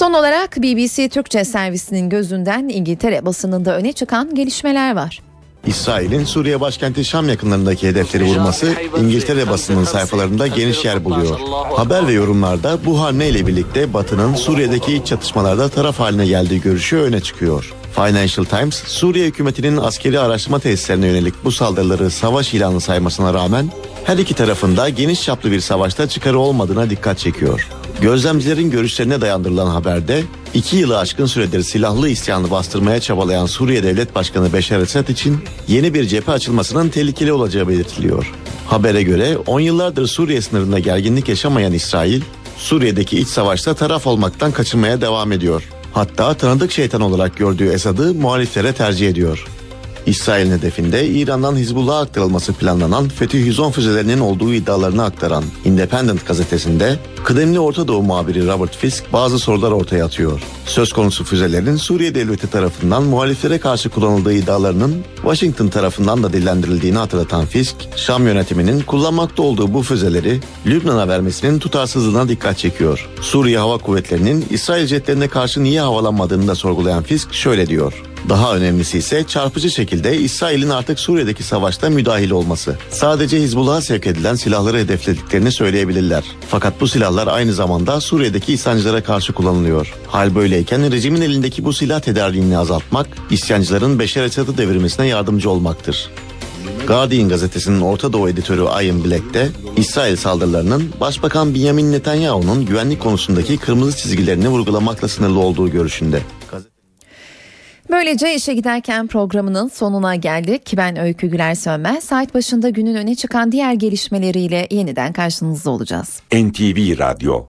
Son olarak BBC Türkçe servisinin gözünden İngiltere basınında öne çıkan gelişmeler var. İsrail'in Suriye başkenti Şam yakınlarındaki hedefleri vurması İngiltere basınının sayfalarında geniş yer buluyor. Haber ve yorumlarda bu hamleyle birlikte Batı'nın Suriye'deki iç çatışmalarda taraf haline geldiği görüşü öne çıkıyor. Financial Times, Suriye hükümetinin askeri araştırma tesislerine yönelik bu saldırıları savaş ilanı saymasına rağmen her iki tarafında geniş çaplı bir savaşta çıkarı olmadığına dikkat çekiyor. Gözlemcilerin görüşlerine dayandırılan haberde 2 yılı aşkın süredir silahlı isyanı bastırmaya çabalayan Suriye Devlet Başkanı Beşar Esad için yeni bir cephe açılmasının tehlikeli olacağı belirtiliyor. Habere göre 10 yıllardır Suriye sınırında gerginlik yaşamayan İsrail, Suriye'deki iç savaşta taraf olmaktan kaçınmaya devam ediyor. Hatta tanıdık şeytan olarak gördüğü Esad'ı muhaliflere tercih ediyor. İsrail'in hedefinde İran'dan Hizbullah'a aktarılması planlanan Fetih-110 füzelerinin olduğu iddialarını aktaran Independent gazetesinde kıdemli Orta Doğu muhabiri Robert Fisk bazı sorular ortaya atıyor. Söz konusu füzelerin Suriye devleti tarafından muhaliflere karşı kullanıldığı iddialarının Washington tarafından da dillendirildiğini hatırlatan Fisk, Şam yönetiminin kullanmakta olduğu bu füzeleri Lübnan'a vermesinin tutarsızlığına dikkat çekiyor. Suriye Hava Kuvvetleri'nin İsrail jetlerine karşı niye havalanmadığını da sorgulayan Fisk şöyle diyor: daha önemlisi ise çarpıcı şekilde İsrail'in artık Suriye'deki savaşta müdahil olması. Sadece Hizbullah'a sevk edilen silahları hedeflediklerini söyleyebilirler. Fakat bu silahlar aynı zamanda Suriye'deki isyancılara karşı kullanılıyor. Hal böyleyken rejimin elindeki bu silah tedariğini azaltmak, isyancıların Beşar Esad'ı devirmesine yardımcı olmaktır. Guardian gazetesinin Orta Doğu editörü Ian Black de İsrail saldırılarının Başbakan Benjamin Netanyahu'nun güvenlik konusundaki kırmızı çizgilerini vurgulamakla sınırlı olduğu görüşünde. Böylece işe giderken programının sonuna geldik. Ben Öykü Güler Sönmez. Saat başında günün öne çıkan diğer gelişmeleriyle yeniden karşınızda olacağız. NTV Radyo